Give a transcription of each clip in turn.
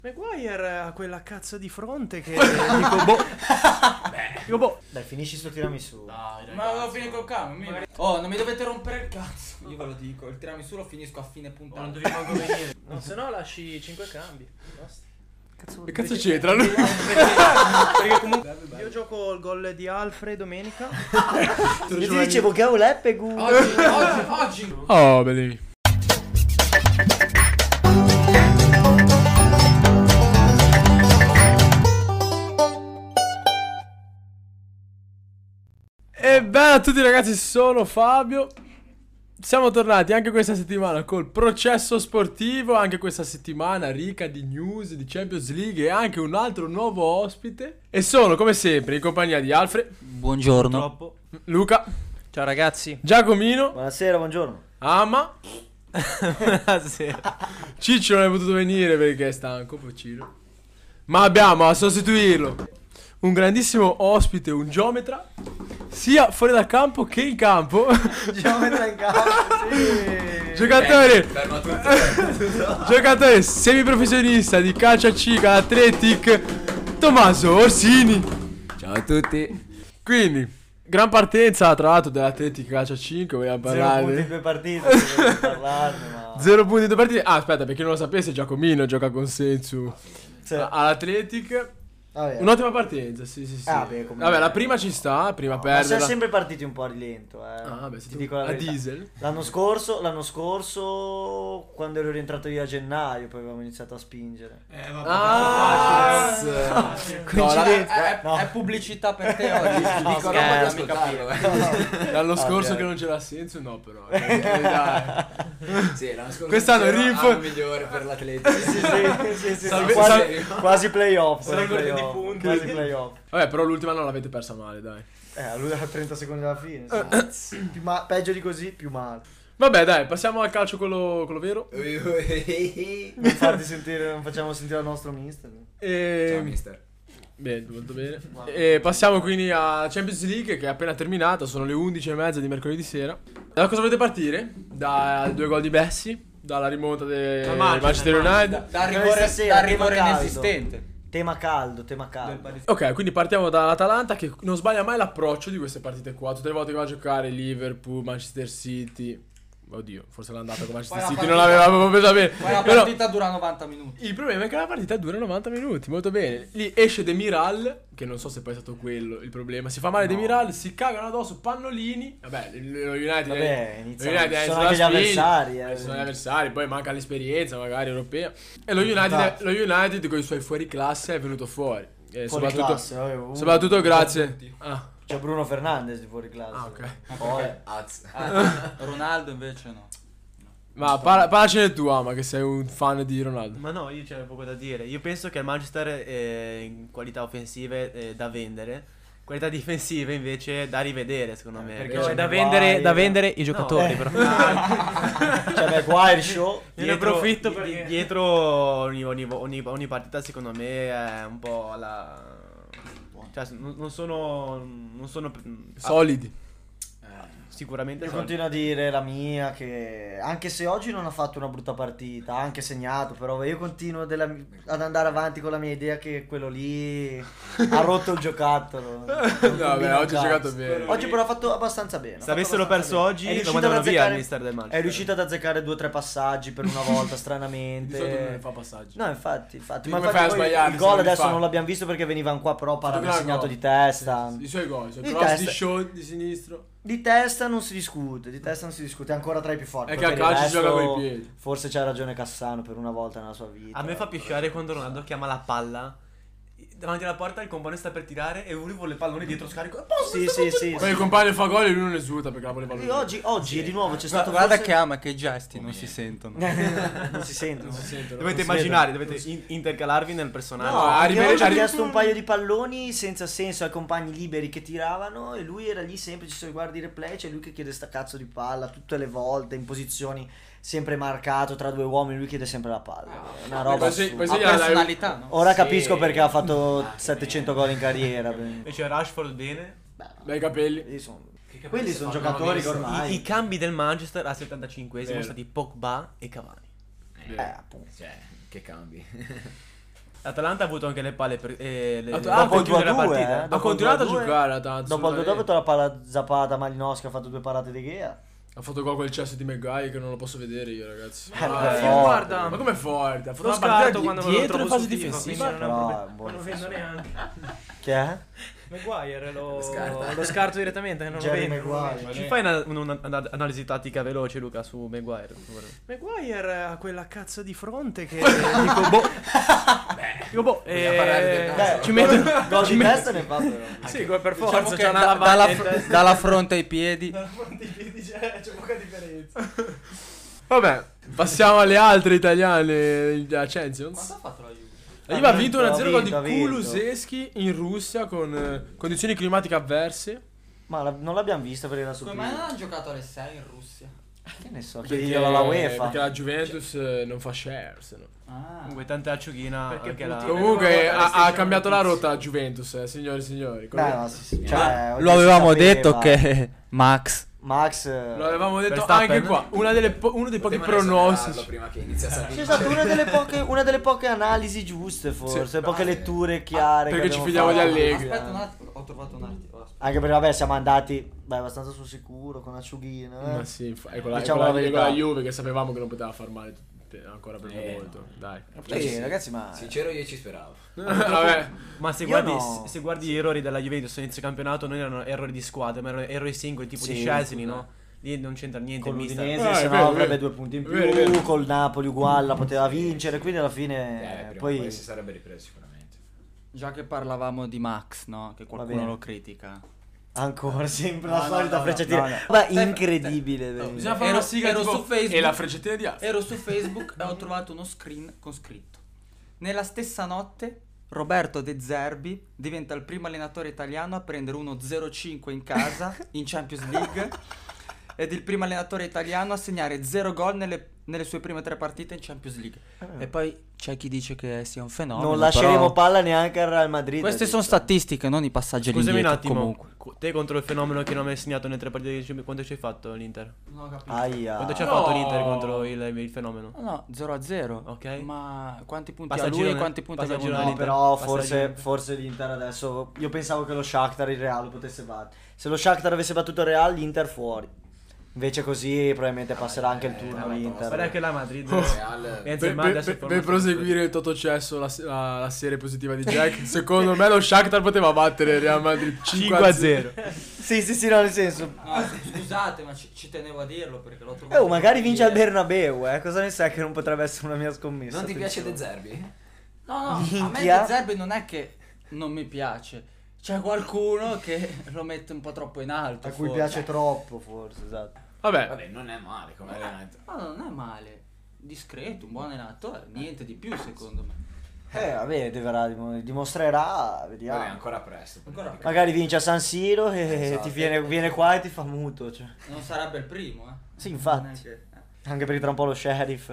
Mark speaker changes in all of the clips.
Speaker 1: Maguire ha quella cazzo di fronte che dico boh. Dico boh.
Speaker 2: Dai, finisci sto tiramisù.
Speaker 3: Dai,
Speaker 4: Ma devo finire col cambio. Oh, non mi dovete rompere il cazzo. Io ve lo dico, il tiramisù lo finisco a fine puntata.
Speaker 1: Non devi manco venire. No, se no lasci 5 cambi. Basta.
Speaker 3: Che cazzo c'entrano?
Speaker 1: Perché comunque io gioco il gol di Alfred domenica.
Speaker 2: Io ti dicevo che ho Leppe
Speaker 4: Oggi.
Speaker 3: Oh, belli. E bella a tutti ragazzi, sono Fabio. Siamo tornati anche questa settimana col processo sportivo. Anche questa settimana ricca di news, di Champions League e anche un altro nuovo ospite. E sono come sempre in compagnia di Alfred,
Speaker 4: Buongiorno.
Speaker 1: Troppo.
Speaker 3: Luca,
Speaker 1: Ciao ragazzi.
Speaker 3: Giacomino,
Speaker 2: Buonasera, buongiorno.
Speaker 3: Ama.
Speaker 1: Buonasera.
Speaker 3: Ciccio non è potuto venire perché è stanco, poccino. Ma abbiamo a sostituirlo un grandissimo ospite, un geometra, sia fuori dal campo che in campo.
Speaker 2: Geometra in campo, sì.
Speaker 3: Giocatore semiprofessionista di calcio a cica Athletic, Tommaso Orsini.
Speaker 5: Ciao a tutti.
Speaker 3: Quindi, gran partenza tra l'altro dell'Athletic calcio a 5, vogliamo
Speaker 2: 0 punti in
Speaker 3: parlare.
Speaker 2: 2 partite, voglio parlarne, ma...
Speaker 3: 0 punti in 2 partite. Ah, aspetta, per chi non lo sapesse, Giacomino gioca con Sensu
Speaker 2: Sì.
Speaker 3: all'Athletic.
Speaker 2: Vabbè.
Speaker 3: Un'ottima partenza, sì.
Speaker 2: Ah, beh, come-
Speaker 3: Vabbè, la prima ci sta, prima
Speaker 2: Ma siamo
Speaker 3: perderla.
Speaker 2: sempre partiti un po' a rilento,
Speaker 3: Ah, vabbè,
Speaker 2: ti dico la
Speaker 3: a
Speaker 2: verità.
Speaker 3: diesel.
Speaker 2: L'anno scorso, quando ero rientrato io a gennaio, poi avevamo iniziato a spingere.
Speaker 3: Ah,
Speaker 2: Coincidenza.
Speaker 4: È pubblicità per te oggi.
Speaker 5: Dico
Speaker 4: Dico
Speaker 5: roba di
Speaker 4: roba mica
Speaker 5: ascoltarlo.
Speaker 3: l'anno scorso
Speaker 2: Ah,
Speaker 3: che non c'era senso, no, però. Dai.
Speaker 5: Sì, l'anno scorso
Speaker 3: Quest'anno
Speaker 5: c'era
Speaker 3: Rinfo-
Speaker 5: anno migliore per l'Atletico.
Speaker 2: Sì,
Speaker 3: Salve-
Speaker 2: quasi playoff.
Speaker 1: Salve di punti.
Speaker 2: Quasi playoff.
Speaker 3: Vabbè, però l'ultima non l'avete persa male, dai.
Speaker 2: Lui a 30 secondi dalla fine. Sì. Peggio di così, più male.
Speaker 3: Vabbè, dai, passiamo al calcio quello vero.
Speaker 2: Non farti sentire, non facciamo sentire il nostro mister.
Speaker 5: Ciao mister.
Speaker 3: Bene, molto bene. E passiamo quindi a Champions League che è appena terminata, sono le 11:30 di mercoledì sera. Da cosa volete partire? Da 2 gol di Messi, dalla rimonta del Manchester United.
Speaker 4: Da
Speaker 2: Stasera,
Speaker 4: rigore
Speaker 2: tema caldo.
Speaker 4: inesistente.
Speaker 2: Tema caldo.
Speaker 3: Ok, quindi partiamo dall'Atalanta che non sbaglia mai l'approccio di queste partite qua. Tutte le volte che va a giocare Liverpool, Manchester City. Oddio, forse l'ha andata con Manchester
Speaker 4: Poi la
Speaker 3: City,
Speaker 4: partita-
Speaker 3: non l'aveva proprio presa bene.
Speaker 4: Poi la
Speaker 3: Però
Speaker 4: partita dura 90 minuti.
Speaker 3: il problema è che la partita dura 90 minuti, molto bene. Lì esce Demiral, che non so se poi è stato quello il problema. Si fa male Demiral, si cagano addosso, pannolini. Vabbè, lo United
Speaker 2: Vabbè,
Speaker 3: lo
Speaker 2: iniziano-
Speaker 3: United
Speaker 2: sono
Speaker 3: sulla
Speaker 2: anche gli
Speaker 3: spinta.
Speaker 2: avversari,
Speaker 3: Sono gli avversari, poi manca l'esperienza magari europea. E lo United con i suoi fuori classe è venuto fuori.
Speaker 2: Fuori
Speaker 3: Soprattutto,
Speaker 2: classe, vabbè,
Speaker 3: soprattutto grazie. Ah,
Speaker 2: C'è Bruno Fernandes di fuori classe.
Speaker 3: ok.
Speaker 2: Poi
Speaker 4: Ronaldo invece no.
Speaker 3: Ma parlacene tu, Ama, che sei un fan di Ronaldo.
Speaker 1: Ma no, io c'è poco da dire. Io penso che il Manchester in qualità offensive da vendere, qualità difensive invece da rivedere, secondo me.
Speaker 2: perché
Speaker 1: Cioè,
Speaker 2: c'è
Speaker 1: da
Speaker 2: Maguire.
Speaker 1: vendere i giocatori, però.
Speaker 2: c'è Maguire Show.
Speaker 1: Io ne approfitto perché dietro ogni partita secondo me è un po' la... Cioè non sono
Speaker 3: Solidi.
Speaker 1: sicuramente
Speaker 2: Io
Speaker 1: solidi.
Speaker 2: continuo a dire la mia che anche se oggi non ha fatto una brutta partita, ha anche segnato, però io continuo ad andare avanti con la mia idea che quello lì ha rotto il giocattolo.
Speaker 3: Vabbè, oggi ha giocato bene.
Speaker 2: Oggi però ha fatto abbastanza bene.
Speaker 1: Se avessero perso oggi lo mandano via il mister del Manchester.
Speaker 2: È riuscito ad azzeccare 2 o 3 passaggi per una volta
Speaker 3: Di solito non ne
Speaker 2: stranamente.
Speaker 3: fa passaggi.
Speaker 2: No, infatti.
Speaker 3: Quindi
Speaker 2: Ma
Speaker 3: come
Speaker 2: infatti
Speaker 3: fai a
Speaker 2: poi
Speaker 3: sbagliarli
Speaker 2: il
Speaker 3: se
Speaker 2: gol
Speaker 3: non li
Speaker 2: adesso
Speaker 3: fai?
Speaker 2: non l'abbiamo visto perché veniva qua, però
Speaker 3: Fatto
Speaker 2: aveva
Speaker 3: gran
Speaker 2: segnato
Speaker 3: gol.
Speaker 2: di testa.
Speaker 3: I suoi gol, i suoi
Speaker 2: Di
Speaker 3: cross di
Speaker 2: testa.
Speaker 3: show di sinistro.
Speaker 2: Di testa non si discute, è ancora tra i più forti.
Speaker 3: È
Speaker 2: Poi
Speaker 3: che a
Speaker 2: per il
Speaker 3: calcio si gioca
Speaker 2: resto,
Speaker 3: con i piedi.
Speaker 2: Forse c'ha ragione Cassano per una volta nella sua vita.
Speaker 1: A me fa pisciare quando Ronaldo chiama la palla davanti alla porta, il compagno sta per tirare e lui vuole il pallone dietro scarico.
Speaker 2: Sì.
Speaker 3: Poi il compagno fa gol e lui non esulta perché la voleva lui.
Speaker 2: E oggi e di nuovo c'è stato
Speaker 4: Guarda
Speaker 2: forse...
Speaker 4: che ama che i gesti non si sentono.
Speaker 2: non si sente.
Speaker 3: Non si sente, non
Speaker 1: Dovete
Speaker 3: si
Speaker 1: immaginare, dovete intercalarvi nel personaggio.
Speaker 2: No,
Speaker 3: arriva-
Speaker 2: perché oggi ha
Speaker 3: arriva-
Speaker 2: chiesto un paio di palloni senza senso ai compagni liberi che tiravano e lui era lì sempre, ci sono guardi i replay, c'è lui che chiede sta cazzo di palla tutte le volte in posizioni sempre marcato tra 2 uomini, lui chiede sempre la palla. È una roba
Speaker 3: Poi se-
Speaker 2: assurda.
Speaker 3: poi se
Speaker 4: Ha
Speaker 3: gliela dai-
Speaker 4: personalità, no?
Speaker 2: Ora
Speaker 5: Sì.
Speaker 2: capisco perché ha fatto 700 gol in carriera.
Speaker 1: Invece Rashford bene.
Speaker 3: Bei capelli.
Speaker 2: Quelli sono giocatori che ormai
Speaker 1: I cambi del Manchester al 75esimo
Speaker 3: Vero.
Speaker 1: sono stati Pogba e Cavani.
Speaker 2: appunto.
Speaker 5: Cioè, che cambi.
Speaker 1: L'Atalanta ha avuto anche le palle per
Speaker 2: dopo il
Speaker 1: chiudere la
Speaker 2: 2-2,
Speaker 1: partita.
Speaker 3: Ha
Speaker 2: dopo
Speaker 3: continuato a
Speaker 2: il 2-2,
Speaker 3: giocare l'Atalanta.
Speaker 2: Dopo il 2-2
Speaker 3: assolutamente.
Speaker 2: la palla zappata Malinowski, ha fatto 2 parate di Gea.
Speaker 3: Ha fatto gol quel cesso di Maguire che non lo posso vedere io, ragazzi.
Speaker 2: Io
Speaker 3: Ma
Speaker 6: guarda,
Speaker 3: ma com'è forte? Ha fatto
Speaker 6: lo
Speaker 3: una partita
Speaker 6: scarto quando me lo
Speaker 3: dietro
Speaker 6: trovo
Speaker 3: in fase
Speaker 6: su FIFA,
Speaker 3: difensiva.
Speaker 6: quindi non è un
Speaker 2: Però
Speaker 6: problema.
Speaker 2: è un buon
Speaker 6: Ma non vendo neanche.
Speaker 2: Che è?
Speaker 6: Maguire
Speaker 5: Scarta.
Speaker 6: lo scarto direttamente, non lo
Speaker 2: Jerry
Speaker 6: vendo.
Speaker 2: Maguire.
Speaker 1: Ci fai un'analisi tattica veloce, Luca, su Maguire?
Speaker 6: Maguire ha quella cazzo di fronte che dico boh. Dico boh,
Speaker 5: Vogliamo parlare del naso?
Speaker 6: ci metto
Speaker 2: Gol di testa ne fa però.
Speaker 6: sì, come per
Speaker 4: Diciamo
Speaker 6: forza,
Speaker 4: che
Speaker 6: c'è una lavagna
Speaker 4: dalla,
Speaker 6: in testa.
Speaker 4: dalla fronte ai piedi.
Speaker 6: C'è poca differenza.
Speaker 3: Vabbè, passiamo alle altre italiane della Champions.
Speaker 4: Quanto ha fatto la Juve?
Speaker 3: La Juve ha vinto
Speaker 2: Ha
Speaker 3: 1-0 gol di
Speaker 2: vinto, ha vinto.
Speaker 3: Kulusevski in Russia con condizioni climatiche avverse.
Speaker 2: Ma non l'abbiamo vista perché era su
Speaker 4: Come mai non hanno giocato alle 6 in Russia?
Speaker 2: Che ne so,
Speaker 3: Perché,
Speaker 2: chiediglielo alla UEFA.
Speaker 3: perché la Juventus non fa shares. No?
Speaker 4: Ah.
Speaker 1: Comunque tanta acciughina
Speaker 6: Perché
Speaker 1: anche la...
Speaker 6: Putin-
Speaker 3: Comunque ha
Speaker 6: Striscia
Speaker 3: cambiato la
Speaker 6: notizia.
Speaker 3: rotta la Juventus, signori e signori.
Speaker 2: Beh, no, sì, cioè,
Speaker 4: Lo
Speaker 2: oggi si
Speaker 4: avevamo
Speaker 2: sapeva.
Speaker 4: detto che Max.
Speaker 2: Max
Speaker 3: Lo avevamo detto
Speaker 1: Verstappen?
Speaker 3: anche qua. Uno dei pochi
Speaker 5: Potevano
Speaker 3: pronostici.
Speaker 5: esonerarlo prima che iniziasse a
Speaker 2: c'è
Speaker 5: vincere.
Speaker 2: stata una delle poche analisi giuste, forse,
Speaker 3: Sì.
Speaker 2: poche letture chiare.
Speaker 3: Perché
Speaker 2: che
Speaker 3: ci
Speaker 2: abbiamo
Speaker 3: fidiamo di
Speaker 2: fatto.
Speaker 3: Allegri.
Speaker 4: Aspetta un attimo, ho trovato un attimo. aspetta.
Speaker 2: Anche perché, vabbè, siamo andati abbastanza sul sicuro con Acciughina.
Speaker 3: Ma sì, è con la,
Speaker 2: Diciamo
Speaker 3: è con
Speaker 2: la
Speaker 3: la- è con
Speaker 2: verità.
Speaker 3: la Juve che sapevamo che non poteva far male ancora per molto.
Speaker 5: no.
Speaker 3: Dai.
Speaker 2: Sì, ragazzi, ma
Speaker 5: Sincero, io ci speravo.
Speaker 3: Vabbè.
Speaker 1: Ma se
Speaker 2: Io
Speaker 1: guardi,
Speaker 2: no.
Speaker 1: se guardi gli errori della Juventus a inizio campionato non erano errori di squadra, ma erano errori singoli, tipo
Speaker 2: Sì,
Speaker 1: di Szczesny, no? Lì non c'entra niente
Speaker 2: con
Speaker 1: il mister.
Speaker 2: l'Udinese, se
Speaker 3: è
Speaker 2: no
Speaker 3: vero,
Speaker 2: avrebbe
Speaker 3: vero.
Speaker 2: 2 punti in più.
Speaker 3: Vero, vero.
Speaker 2: Col Napoli uguale, la poteva vincere. Quindi alla fine,
Speaker 5: Prima o
Speaker 2: poi
Speaker 5: poi si sarebbe ripreso sicuramente.
Speaker 4: Già che parlavamo di Max, no? Che qualcuno
Speaker 2: bene.
Speaker 4: lo critica.
Speaker 2: ancora sempre
Speaker 4: No,
Speaker 2: la
Speaker 4: no,
Speaker 2: solita
Speaker 4: no,
Speaker 2: frecciatina.
Speaker 4: no, no.
Speaker 2: Ma
Speaker 4: Sempre-
Speaker 2: incredibile. vero.
Speaker 3: Bisogna fare
Speaker 4: Ero-
Speaker 3: una sigla
Speaker 4: ero
Speaker 3: tipo-
Speaker 4: su Facebook.
Speaker 3: E la freccettina di Alfa.
Speaker 4: Ero su Facebook e ho trovato uno screen con scritto: nella stessa notte Roberto De Zerbi diventa il primo allenatore italiano a prendere uno 0-5 in casa in Champions League ed il primo allenatore italiano a segnare 0 gol nelle sue prime 3 partite in Champions League. E poi c'è chi dice che sia un fenomeno.
Speaker 2: Non lasceremo
Speaker 4: però
Speaker 2: palla neanche al Real Madrid.
Speaker 4: queste
Speaker 2: ha
Speaker 4: sono
Speaker 2: detto.
Speaker 4: statistiche, non i passaggi
Speaker 1: Scusami un
Speaker 4: all'indietro.
Speaker 1: attimo,
Speaker 4: Comunque.
Speaker 1: te contro il fenomeno che non mi hai segnato nelle 3 partite di Champions, quanto ci hai fatto l'Inter?
Speaker 4: Non ho capito.
Speaker 2: Aia.
Speaker 1: Quanto ci ha
Speaker 3: No.
Speaker 1: fatto l'Inter contro il fenomeno?
Speaker 4: No, 0-0.
Speaker 1: Ok.
Speaker 4: Ma quanti punti
Speaker 1: Passa
Speaker 4: ha
Speaker 1: il
Speaker 4: lui e
Speaker 1: girone-
Speaker 4: quanti punti
Speaker 1: passa il
Speaker 4: abbiamo
Speaker 1: girone
Speaker 4: noi?
Speaker 2: No,
Speaker 1: all'Inter.
Speaker 2: però
Speaker 1: Passa la
Speaker 2: forse,
Speaker 1: Juve.
Speaker 2: forse l'Inter adesso. Io pensavo che lo Shakhtar il Real lo potesse battere. Se lo Shakhtar avesse battuto il Real, l'Inter fuori. Invece così probabilmente passerà anche il turno l'Inter.
Speaker 1: Guarda che la Madrid
Speaker 5: Real-
Speaker 1: Benzema
Speaker 3: Per,
Speaker 1: adesso
Speaker 3: per-
Speaker 1: è
Speaker 3: per
Speaker 1: formato-
Speaker 3: proseguire il Totocesso, la serie positiva di Jack, secondo me lo Shakhtar poteva battere il Real Madrid 5-0.
Speaker 2: Sì, no, nel senso.
Speaker 4: No, scusate, ma ci tenevo a dirlo perché l'ho trovato.
Speaker 2: Magari vince al Bernabeu, Cosa ne sai che non potrebbe essere una mia scommessa?
Speaker 5: Non ti piace De
Speaker 2: attenzione.
Speaker 5: Zerbi?
Speaker 4: No, a me
Speaker 2: Minchia.
Speaker 4: De Zerbi non è che non mi piace. C'è qualcuno che lo mette un po' troppo in alto.
Speaker 2: A cui
Speaker 4: forse.
Speaker 2: piace troppo, forse, esatto.
Speaker 3: Vabbè,
Speaker 5: Vabbè, non è male come allenamento.
Speaker 4: No, non è male. Discreto, un buon allenatore. Niente di più, secondo me.
Speaker 2: Vabbè, dimostrerà, vediamo.
Speaker 5: Vabbè, ancora presto.
Speaker 4: Ancora presto.
Speaker 2: Magari vince a San Siro e
Speaker 5: Esatto.
Speaker 2: viene qua e ti fa muto. Cioè.
Speaker 4: Non sarebbe il primo,
Speaker 2: Sì,
Speaker 4: Non
Speaker 2: infatti.
Speaker 4: è che-
Speaker 2: Anche perché tra un po' lo Sheriff.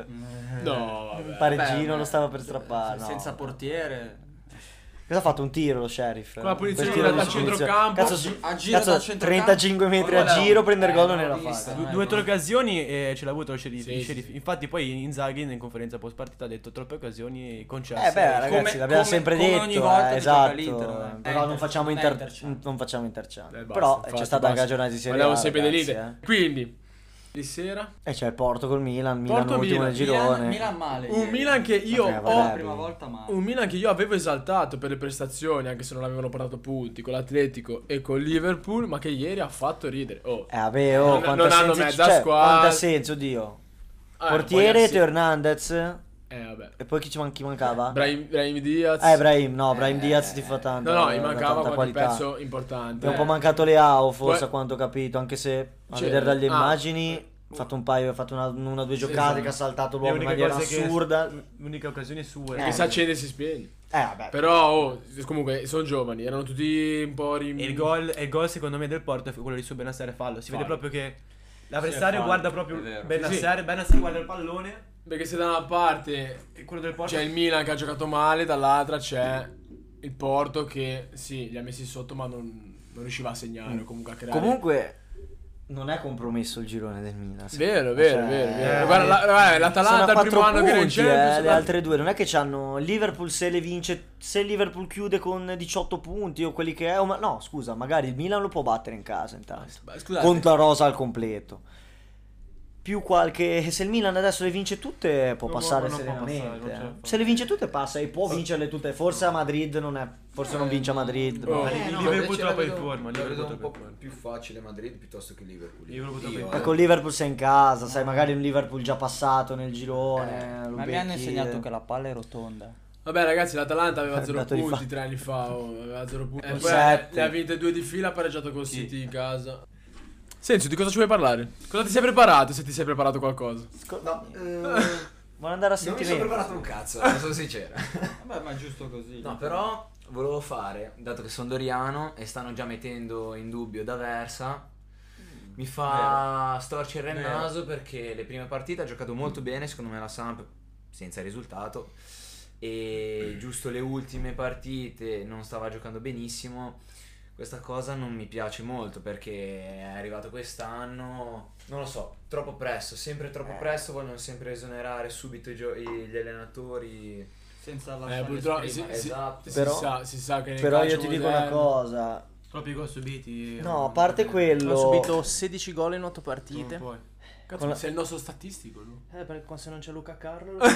Speaker 3: no,
Speaker 2: Un
Speaker 3: vabbè.
Speaker 2: pareggino
Speaker 4: Beh,
Speaker 2: lo stava per strappare. no.
Speaker 4: Senza portiere.
Speaker 2: Cosa ha fatto un tiro lo Sheriff?
Speaker 3: Con la punizione
Speaker 2: Quel tiro
Speaker 3: da
Speaker 2: di punizione.
Speaker 3: centrocampo.
Speaker 2: Cazzo,
Speaker 4: A giro
Speaker 2: cazzo,
Speaker 4: da centrocampo.
Speaker 2: 35 metri a
Speaker 4: Guarda,
Speaker 2: giro, prendere gol non
Speaker 4: l'ho
Speaker 2: era
Speaker 4: vista.
Speaker 2: facile.
Speaker 1: Due o tre occasioni e ce l'ha avuto lo sceriffo.
Speaker 3: Sì,
Speaker 1: il
Speaker 3: sì,
Speaker 1: sceriffo.
Speaker 3: sì.
Speaker 1: Infatti poi Inzaghi in conferenza post partita ha detto troppe occasioni concesse.
Speaker 2: Ragazzi,
Speaker 4: Come-
Speaker 2: l'abbiamo
Speaker 4: come-
Speaker 2: sempre
Speaker 4: come
Speaker 2: detto.
Speaker 4: ogni volta che
Speaker 2: esatto.
Speaker 4: gioca l'Inter,
Speaker 2: Però non facciamo,
Speaker 4: non è interchamp.
Speaker 2: non facciamo interchamp.
Speaker 3: Basta,
Speaker 2: Però
Speaker 3: infatti,
Speaker 2: c'è stata anche
Speaker 3: basta.
Speaker 2: la giornata di Serie A.
Speaker 3: Parliamo sempre
Speaker 2: ragazzi,
Speaker 3: dell'Inter. Quindi, di sera,
Speaker 2: E c'è il Porto col Milan. Milan
Speaker 3: Porto,
Speaker 2: ultimo
Speaker 3: Milan.
Speaker 2: nel girone.
Speaker 4: Milan male.
Speaker 3: un
Speaker 4: ieri.
Speaker 3: Milan che io
Speaker 2: Vabbè,
Speaker 3: ho
Speaker 2: vabbè.
Speaker 4: Prima volta male.
Speaker 3: Un Milan che io avevo esaltato per le prestazioni, anche se non avevano portato punti, con l'Atletico e con Liverpool, ma che ieri ha fatto ridere. Oh.
Speaker 2: Vabbè,
Speaker 3: Non-
Speaker 2: quanto
Speaker 3: non hanno
Speaker 2: senso
Speaker 3: mezza
Speaker 2: c'è?
Speaker 3: squadra.
Speaker 2: Quanto ha senso, Dio.
Speaker 3: Poi
Speaker 2: Portiere,
Speaker 3: assi-
Speaker 2: Teo Hernandez.
Speaker 3: vabbè.
Speaker 2: E poi chi mancava?
Speaker 3: Brahim Diaz.
Speaker 2: Brahim, no, Brahim Diaz ti fa tanto.
Speaker 3: No, gli mancava
Speaker 2: tanta
Speaker 3: qualche
Speaker 2: qualità.
Speaker 3: pezzo importante.
Speaker 2: È un po' mancato Leao, forse,
Speaker 3: Poi-
Speaker 2: a quanto ho capito, anche se a
Speaker 3: Cioè,
Speaker 2: vedere dalle
Speaker 3: ah.
Speaker 2: immagini ha fatto un paio, ha fatto una o due giocate
Speaker 3: esatto.
Speaker 2: che ha saltato
Speaker 1: Le
Speaker 2: l'uomo in
Speaker 1: uniche
Speaker 2: maniera
Speaker 1: cose che-
Speaker 2: assurda.
Speaker 1: L'unica occasione sua.
Speaker 3: Che si accende e si spegne.
Speaker 2: Vabbè.
Speaker 3: Però, comunque, sono giovani, erano tutti un po'
Speaker 1: E il gol secondo me del Porto è quello di su Bennacer fallo. Si vede
Speaker 3: Fallo.
Speaker 1: proprio che l'avversario
Speaker 3: fallo,
Speaker 1: guarda proprio
Speaker 4: è vero.
Speaker 1: Bennacer guarda il pallone
Speaker 3: Perché se da una parte
Speaker 1: e quello del Porto
Speaker 3: c'è il Milan che ha giocato male, dall'altra c'è il Porto che, sì, li ha messi sotto, ma non riusciva a segnare o comunque a creare.
Speaker 2: Comunque, non è compromesso il girone del Milan.
Speaker 3: Vero.
Speaker 2: Cioè,
Speaker 3: Guarda, l'Atalanta
Speaker 2: sono a
Speaker 3: è il primo
Speaker 2: 4
Speaker 3: anno che era in
Speaker 2: punti,
Speaker 3: Champions.
Speaker 2: le altre due. Non è che c'hanno Liverpool se le vince, se il Liverpool chiude con 18 punti o quelli che è. No, scusa, magari il Milan lo può battere in casa intanto.
Speaker 3: Scusate.
Speaker 2: Con la rosa al completo. Più qualche. Se il Milan adesso le vince tutte, può passare
Speaker 1: non può
Speaker 2: serenamente.
Speaker 1: passare, non ce la fa.
Speaker 2: Se le vince tutte, passa e può vincerle tutte. Forse a Madrid non è. Forse non vince a Madrid.
Speaker 3: Oh.
Speaker 2: ma-
Speaker 1: Il
Speaker 5: No,
Speaker 1: Liverpool
Speaker 5: invece
Speaker 1: troppo
Speaker 5: la
Speaker 1: in
Speaker 5: vedo-
Speaker 1: forma,
Speaker 5: la vedo
Speaker 1: Liverpool
Speaker 5: un po'
Speaker 1: troppo in
Speaker 5: più facile Madrid piuttosto che Liverpool.
Speaker 1: Liverpool troppo in
Speaker 5: Io,
Speaker 1: forma.
Speaker 2: Con Liverpool sei in casa, sai, magari un Liverpool già passato nel girone. lo
Speaker 4: Ma mi hanno
Speaker 2: becchi.
Speaker 4: insegnato che la palla è rotonda.
Speaker 3: Vabbè ragazzi, l'Atalanta aveva 0
Speaker 2: Dato di
Speaker 3: punti
Speaker 2: fatto.
Speaker 3: 3 anni fa, aveva 0 punti. E
Speaker 2: Con
Speaker 3: poi
Speaker 2: sette.
Speaker 3: ne ha vinte 2 di fila, ha pareggiato col City in casa. Senso, di cosa ci vuoi parlare? Cosa ti sei preparato, se ti sei preparato qualcosa?
Speaker 5: No,
Speaker 2: Vuole andare a
Speaker 5: non mi sono
Speaker 2: sentimento.
Speaker 5: preparato un cazzo, sono sincero.
Speaker 4: Vabbè, ma è giusto così.
Speaker 5: No, però volevo fare, dato che sono doriano e stanno già mettendo in dubbio D'Aversa, mi fa storcere il
Speaker 3: Vero.
Speaker 5: naso perché le prime partite ha giocato molto bene, secondo me la Samp senza risultato, e giusto le ultime partite non stava giocando benissimo. Questa cosa non mi piace molto perché è arrivato quest'anno, non lo so, troppo presto, sempre troppo presto, vogliono sempre esonerare subito gli allenatori.
Speaker 4: Senza lasciare
Speaker 3: Purtroppo
Speaker 4: esprimere.
Speaker 5: Esatto.
Speaker 2: Però-
Speaker 3: si sa che nel
Speaker 2: Però io
Speaker 3: calcio
Speaker 2: ti dico una
Speaker 3: moderno-
Speaker 2: cosa.
Speaker 1: Troppi gol subiti.
Speaker 2: No, a parte quello.
Speaker 6: Ho subito 16 gol in 8 partite.
Speaker 1: Non puoi.
Speaker 3: Cazzo,
Speaker 2: Con la-
Speaker 3: sei il nostro statistico, no?
Speaker 6: Perché qua se non c'è Luca Carlo.
Speaker 2: Il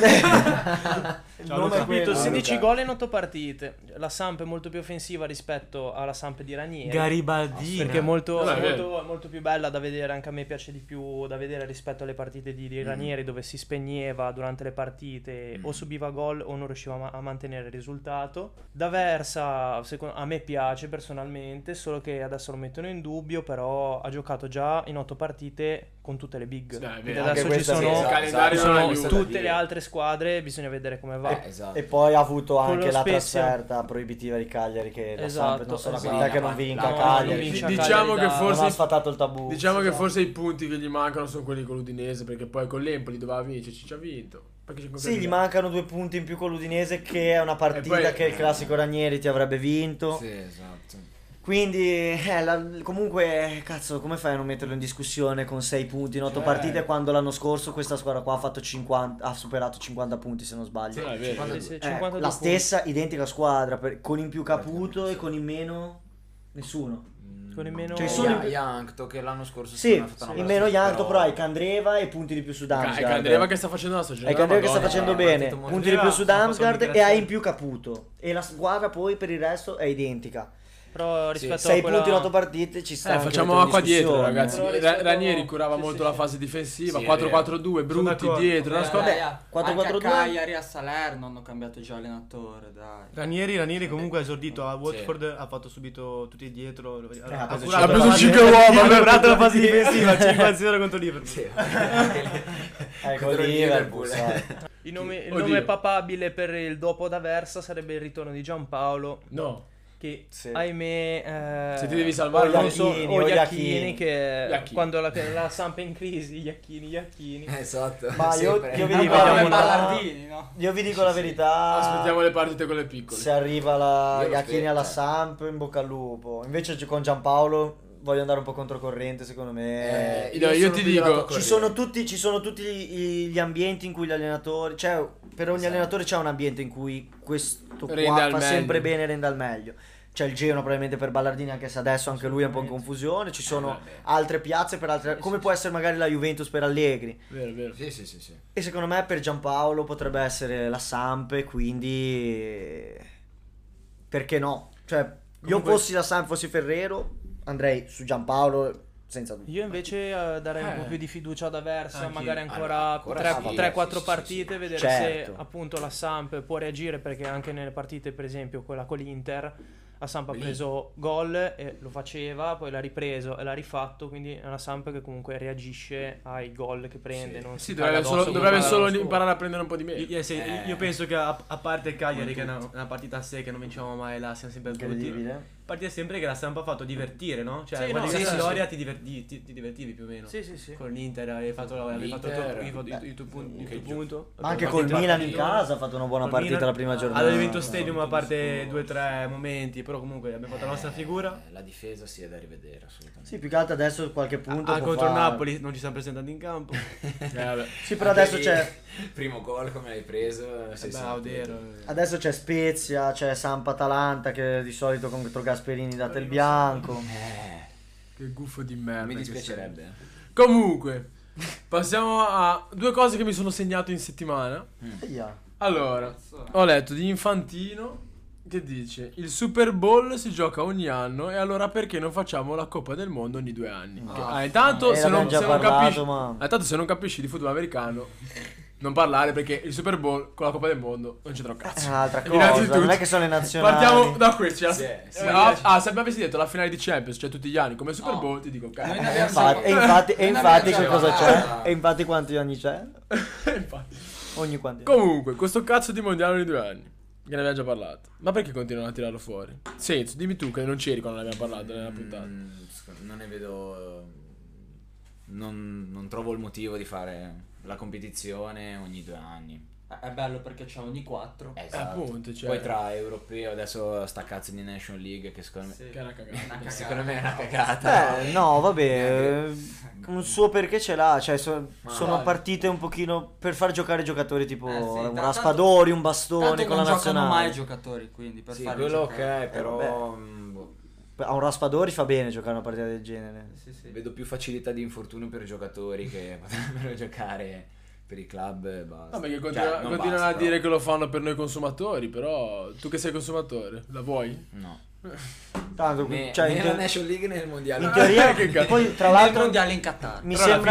Speaker 1: Ciao,
Speaker 2: nome
Speaker 1: Luca.
Speaker 2: è
Speaker 6: Ho
Speaker 2: quello.
Speaker 6: subito 16
Speaker 2: Luca.
Speaker 6: gol in 8 partite. La Samp è molto più offensiva rispetto alla Samp di Ranieri.
Speaker 1: Garibaldini.
Speaker 6: Perché è molto,
Speaker 3: Vabbè, è vero.
Speaker 6: molto più bella da vedere, anche a me piace di più da vedere rispetto alle partite di Ranieri, dove si spegneva durante le partite, o subiva gol o non riusciva a mantenere il risultato. D'Aversa a me piace personalmente, solo che adesso lo mettono in dubbio, però ha giocato già in 8 partite con tutte le big.
Speaker 3: Sì, è vero.
Speaker 6: Quindi
Speaker 3: Anche
Speaker 6: adesso ci
Speaker 2: questa sì,
Speaker 6: sono,
Speaker 2: esatto,
Speaker 3: calendario
Speaker 6: ci
Speaker 3: non
Speaker 6: sono
Speaker 3: aiuta.
Speaker 6: tutte le altre squadre, bisogna vedere come va.
Speaker 5: Esatto.
Speaker 2: E poi ha avuto
Speaker 6: Con
Speaker 2: anche
Speaker 6: lo
Speaker 2: la
Speaker 6: Spezia.
Speaker 2: trasferta proibitiva di Cagliari che la
Speaker 6: Esatto,
Speaker 2: Samp non sarà
Speaker 6: esatto.
Speaker 2: quella che non vinca
Speaker 6: No,
Speaker 2: Cagliari.
Speaker 6: non vince a
Speaker 3: Diciamo
Speaker 6: Cagliari
Speaker 3: che
Speaker 6: da-
Speaker 3: forse-
Speaker 2: Non ha sfatato il tabù.
Speaker 3: Diciamo che forse i punti che gli mancano sono quelli con l'Udinese, perché poi con l'Empoli doveva vincere, ci ha vinto. Perché c'è
Speaker 2: Sì, gli mancano 2 punti in più con l'Udinese, che è una partita
Speaker 3: E poi-
Speaker 2: che il classico Ranieri ti avrebbe vinto.
Speaker 5: Sì, esatto.
Speaker 2: Quindi, comunque, cazzo, come fai a non metterlo in discussione con 6 punti in 8
Speaker 3: Cioè-
Speaker 2: partite quando l'anno scorso questa squadra qua ha fatto 50, ha superato 50 punti se non sbaglio?
Speaker 3: Sì, è vero.
Speaker 5: 52.
Speaker 6: Sì, sì,
Speaker 2: Eh,
Speaker 6: 52
Speaker 2: la
Speaker 6: punti.
Speaker 2: stessa identica squadra, con in più Caputo e con in meno nessuno.
Speaker 6: Con in meno-
Speaker 2: Cioè,
Speaker 6: Cioè,
Speaker 2: solo in-
Speaker 5: Yankto che l'anno scorso
Speaker 2: Sì,
Speaker 5: ha fatto una
Speaker 2: in
Speaker 5: bella
Speaker 2: meno
Speaker 5: stagione,
Speaker 2: Yankto, però
Speaker 5: però-
Speaker 2: hai Candreva e punti di più su
Speaker 3: Hai
Speaker 2: Damsgaard.
Speaker 3: Candreva che sta facendo una stagione.
Speaker 2: Hai Candreva che sta
Speaker 3: Madonna.
Speaker 2: facendo
Speaker 5: è
Speaker 2: bene,
Speaker 5: partito molto
Speaker 2: punti di più su
Speaker 1: bene, ha fatto
Speaker 2: Damsgaard e
Speaker 1: migrazione.
Speaker 2: hai in più Caputo. E la squadra poi per il resto è identica.
Speaker 6: Però rispetto
Speaker 2: 6
Speaker 6: a quella...
Speaker 2: punti in 8 partite ci sta. anche
Speaker 3: Facciamo
Speaker 2: mettere in
Speaker 3: acqua dietro,
Speaker 2: discussione.
Speaker 3: ragazzi.
Speaker 6: Però rispetto-
Speaker 3: Ranieri curava
Speaker 6: Sì,
Speaker 3: molto
Speaker 6: sì,
Speaker 3: la
Speaker 6: sì.
Speaker 3: fase difensiva.
Speaker 5: Sì, è
Speaker 3: 4-4-2, brutti
Speaker 1: d'accordo.
Speaker 3: dietro. Una squadra.
Speaker 4: Dai,
Speaker 2: 4-4-2.
Speaker 4: anche a Cagliari, a Salerno hanno cambiato già allenatore, dai.
Speaker 1: Ranieri comunque ha esordito a Watford, ha fatto subito tutti dietro.
Speaker 2: ha preso
Speaker 1: curato
Speaker 2: cinque
Speaker 1: la
Speaker 2: uova,
Speaker 1: fase-
Speaker 3: cinque uova,
Speaker 1: ha curato la
Speaker 3: per
Speaker 1: fase
Speaker 3: tutti.
Speaker 1: difensiva 5-0 contro Liverpool.
Speaker 5: Sì.
Speaker 2: Ecco
Speaker 5: Contro il
Speaker 2: Liverpool,
Speaker 5: Liverpool.
Speaker 2: sai.
Speaker 6: Il nome
Speaker 3: Oddio.
Speaker 6: papabile per il dopo d'Aversa sarebbe il ritorno di Giampaolo,
Speaker 3: No.
Speaker 6: che
Speaker 2: Sì.
Speaker 6: ahimè
Speaker 3: Se ti devi salvare,
Speaker 2: o
Speaker 6: non so-
Speaker 2: Iachini,
Speaker 6: o
Speaker 2: o
Speaker 6: Iachini,
Speaker 2: Iachini.
Speaker 6: che
Speaker 3: Iachini.
Speaker 6: quando la Samp è in crisi, Iachini.
Speaker 5: Esatto.
Speaker 2: Ma io
Speaker 5: sempre.
Speaker 2: vi
Speaker 6: Ah,
Speaker 2: dico
Speaker 6: vediamo
Speaker 2: la
Speaker 6: una-
Speaker 4: Ballardini, no?
Speaker 2: Io vi dico la verità.
Speaker 3: Aspettiamo le partite con le piccole.
Speaker 2: Se arriva la
Speaker 5: Io lo
Speaker 2: Iachini
Speaker 5: aspetto,
Speaker 2: alla
Speaker 5: cioè.
Speaker 2: Samp, in bocca al lupo. Invece con Giampaolo voglio andare un po' controcorrente, secondo me.
Speaker 3: io
Speaker 5: sono
Speaker 3: ti
Speaker 5: più
Speaker 3: dico,
Speaker 5: della tua
Speaker 2: Ci sono tutti gli ambienti in cui gli allenatori, cioè per ogni
Speaker 5: Esatto.
Speaker 2: allenatore c'è un ambiente in cui questo
Speaker 3: Rende
Speaker 2: qua
Speaker 3: al
Speaker 2: fa
Speaker 3: meglio.
Speaker 2: sempre bene, rende al meglio. C'è il Genoa probabilmente per Ballardini, anche se adesso anche lui è un po' in confusione. Ci sono
Speaker 5: vabbè.
Speaker 2: altre piazze per altre, come può essere magari la Juventus per Allegri.
Speaker 3: Vero, vero.
Speaker 5: Sì, sì, sì, sì.
Speaker 2: E secondo me per Giampaolo potrebbe essere la Samp, e quindi perché no? Cioè, io
Speaker 1: Comunque-
Speaker 2: fossi la Samp, fossi Ferrero, andrei su Giampaolo senza dubbio.
Speaker 6: Io invece darei un po' più di fiducia ad Aversa,
Speaker 1: Anch'io.
Speaker 6: magari
Speaker 5: Allora, ancora sì,
Speaker 6: 3-4
Speaker 5: sì,
Speaker 6: partite,
Speaker 5: sì,
Speaker 6: vedere
Speaker 2: certo.
Speaker 6: se appunto la Samp può reagire, perché anche nelle partite, per esempio quella con l'Inter, la Samp ha preso gol e lo faceva, poi l'ha ripreso e l'ha rifatto, quindi è una Samp che comunque reagisce ai gol che prende.
Speaker 5: Sì.
Speaker 6: Non
Speaker 3: Sì,
Speaker 6: si
Speaker 3: dovrebbe
Speaker 6: caga
Speaker 3: solo,
Speaker 6: addosso
Speaker 3: dovrebbe
Speaker 6: come
Speaker 3: solo
Speaker 6: l'anno
Speaker 3: imparare a prendere un po' di meno.
Speaker 1: Io penso che a parte il Cagliari, che è una partita a sé, che non vinciamo mai là, siamo sempre brutti.
Speaker 2: Incredibile.
Speaker 1: Partita sempre che la Samp ha fatto divertire, no? Cioè,
Speaker 6: Sì,
Speaker 1: quando
Speaker 6: no,
Speaker 1: eri
Speaker 6: sì,
Speaker 1: a
Speaker 6: sì,
Speaker 1: Gloria ti divertivi più o meno.
Speaker 6: Sì, sì, sì.
Speaker 1: Con l'Inter avevi fatto il tuo punto.
Speaker 2: Ma anche
Speaker 1: La
Speaker 2: col
Speaker 1: partita-
Speaker 2: Milan in casa ha fatto una buona
Speaker 1: Col
Speaker 2: partita
Speaker 1: Milan
Speaker 2: la prima giornata.
Speaker 1: All'Evento Stadium, a parte 2 o 3 momenti, però comunque abbiamo fatto la nostra figura.
Speaker 5: La difesa sì è da rivedere assolutamente.
Speaker 2: Sì, più che altro adesso qualche punto
Speaker 1: Anche
Speaker 2: può
Speaker 1: contro il
Speaker 2: fare.
Speaker 1: Napoli non ci siamo presentati in campo.
Speaker 3: Vabbè.
Speaker 2: Sì, però
Speaker 5: Anche
Speaker 2: adesso
Speaker 5: lì,
Speaker 2: c'è
Speaker 5: primo gol come l'hai preso? Sei
Speaker 1: Beh,
Speaker 5: sempre-
Speaker 1: Audero.
Speaker 2: Adesso c'è Spezia, c'è Samp Atalanta che di solito contro Gasperini date il bianco.
Speaker 3: Che gufo di merda.
Speaker 5: Mi
Speaker 3: che
Speaker 5: dispiacerebbe.
Speaker 3: sei. Comunque, passiamo a due cose che mi sono segnato in settimana.
Speaker 2: Via.
Speaker 3: Allora, ho letto di Infantino che dice: il Super Bowl si gioca ogni anno e allora perché non facciamo la Coppa del Mondo ogni 2 anni? Intanto se
Speaker 2: l'abbiamo
Speaker 3: non,
Speaker 2: già
Speaker 3: se non
Speaker 2: parlato,
Speaker 3: capisci,
Speaker 2: ma-
Speaker 3: intanto se non capisci di football americano non parlare, perché il Super Bowl con la Coppa del Mondo non c'entra un
Speaker 2: È
Speaker 3: cazzo.
Speaker 2: un'altra
Speaker 3: Innanzitutto.
Speaker 2: cosa, non è che sono le nazionali.
Speaker 3: Partiamo da questo.
Speaker 5: Sì,
Speaker 3: se mi avessi detto la finale di Champions, cioè tutti gli anni come il Super Bowl, ti dico
Speaker 4: Noi ne
Speaker 3: ok.
Speaker 4: abbiamo-
Speaker 2: E infatti
Speaker 4: Noi ne
Speaker 2: che
Speaker 4: abbiamo
Speaker 2: cosa
Speaker 4: già
Speaker 2: c'è?
Speaker 5: parlato.
Speaker 2: E infatti quanti anni c'è?
Speaker 3: Infatti.
Speaker 2: Ogni quanti anni?
Speaker 3: Comunque, questo cazzo di mondiale ogni 2 anni. Che ne abbiamo già parlato. Ma perché continuano a tirarlo fuori? Senso, dimmi tu che non c'eri quando ne abbiamo parlato nella puntata.
Speaker 5: Non ne vedo. Non trovo il motivo di fare la competizione ogni 2 anni.
Speaker 4: È bello perché c'è ogni 4.
Speaker 5: Esatto.
Speaker 3: Appunto, cioè.
Speaker 5: Poi tra europeo, adesso sta cazzo di National League che secondo me.
Speaker 3: Che è una cagata.
Speaker 5: Secondo me è una cagata.
Speaker 2: No, vabbè, un suo perché ce l'ha, cioè sono
Speaker 5: dai.
Speaker 2: partite un pochino per far giocare giocatori tipo
Speaker 4: Sì,
Speaker 2: un
Speaker 4: tanto-
Speaker 2: Raspadori, un Bastoni
Speaker 4: Tanto
Speaker 2: con
Speaker 4: non
Speaker 2: la
Speaker 4: giocano mai i
Speaker 2: nazionale.
Speaker 4: giocatori, quindi per
Speaker 5: Sì,
Speaker 4: farli
Speaker 5: quello
Speaker 4: giocare.
Speaker 5: ok, però.
Speaker 2: vabbè.
Speaker 5: boh,
Speaker 2: A un Raspadori fa bene giocare una partita del genere.
Speaker 4: Sì, sì.
Speaker 5: vedo più facilità di infortunio per i giocatori che potrebbero giocare per i club e basta.
Speaker 3: No, perché
Speaker 5: Cioè, non
Speaker 3: continuano
Speaker 5: basta,
Speaker 3: a dire
Speaker 5: però.
Speaker 3: che lo fanno per noi consumatori, però tu che sei consumatore, la vuoi?
Speaker 5: No.
Speaker 2: Tanto,
Speaker 5: Né,
Speaker 2: cioè,
Speaker 5: né
Speaker 2: in,
Speaker 5: la
Speaker 2: te-
Speaker 5: National League né il mondiale.
Speaker 2: in teoria,
Speaker 3: Che cazzo.
Speaker 2: poi tra
Speaker 4: Nel
Speaker 2: l'altro
Speaker 4: mondiale in Qatar.
Speaker 2: mi
Speaker 1: Però alla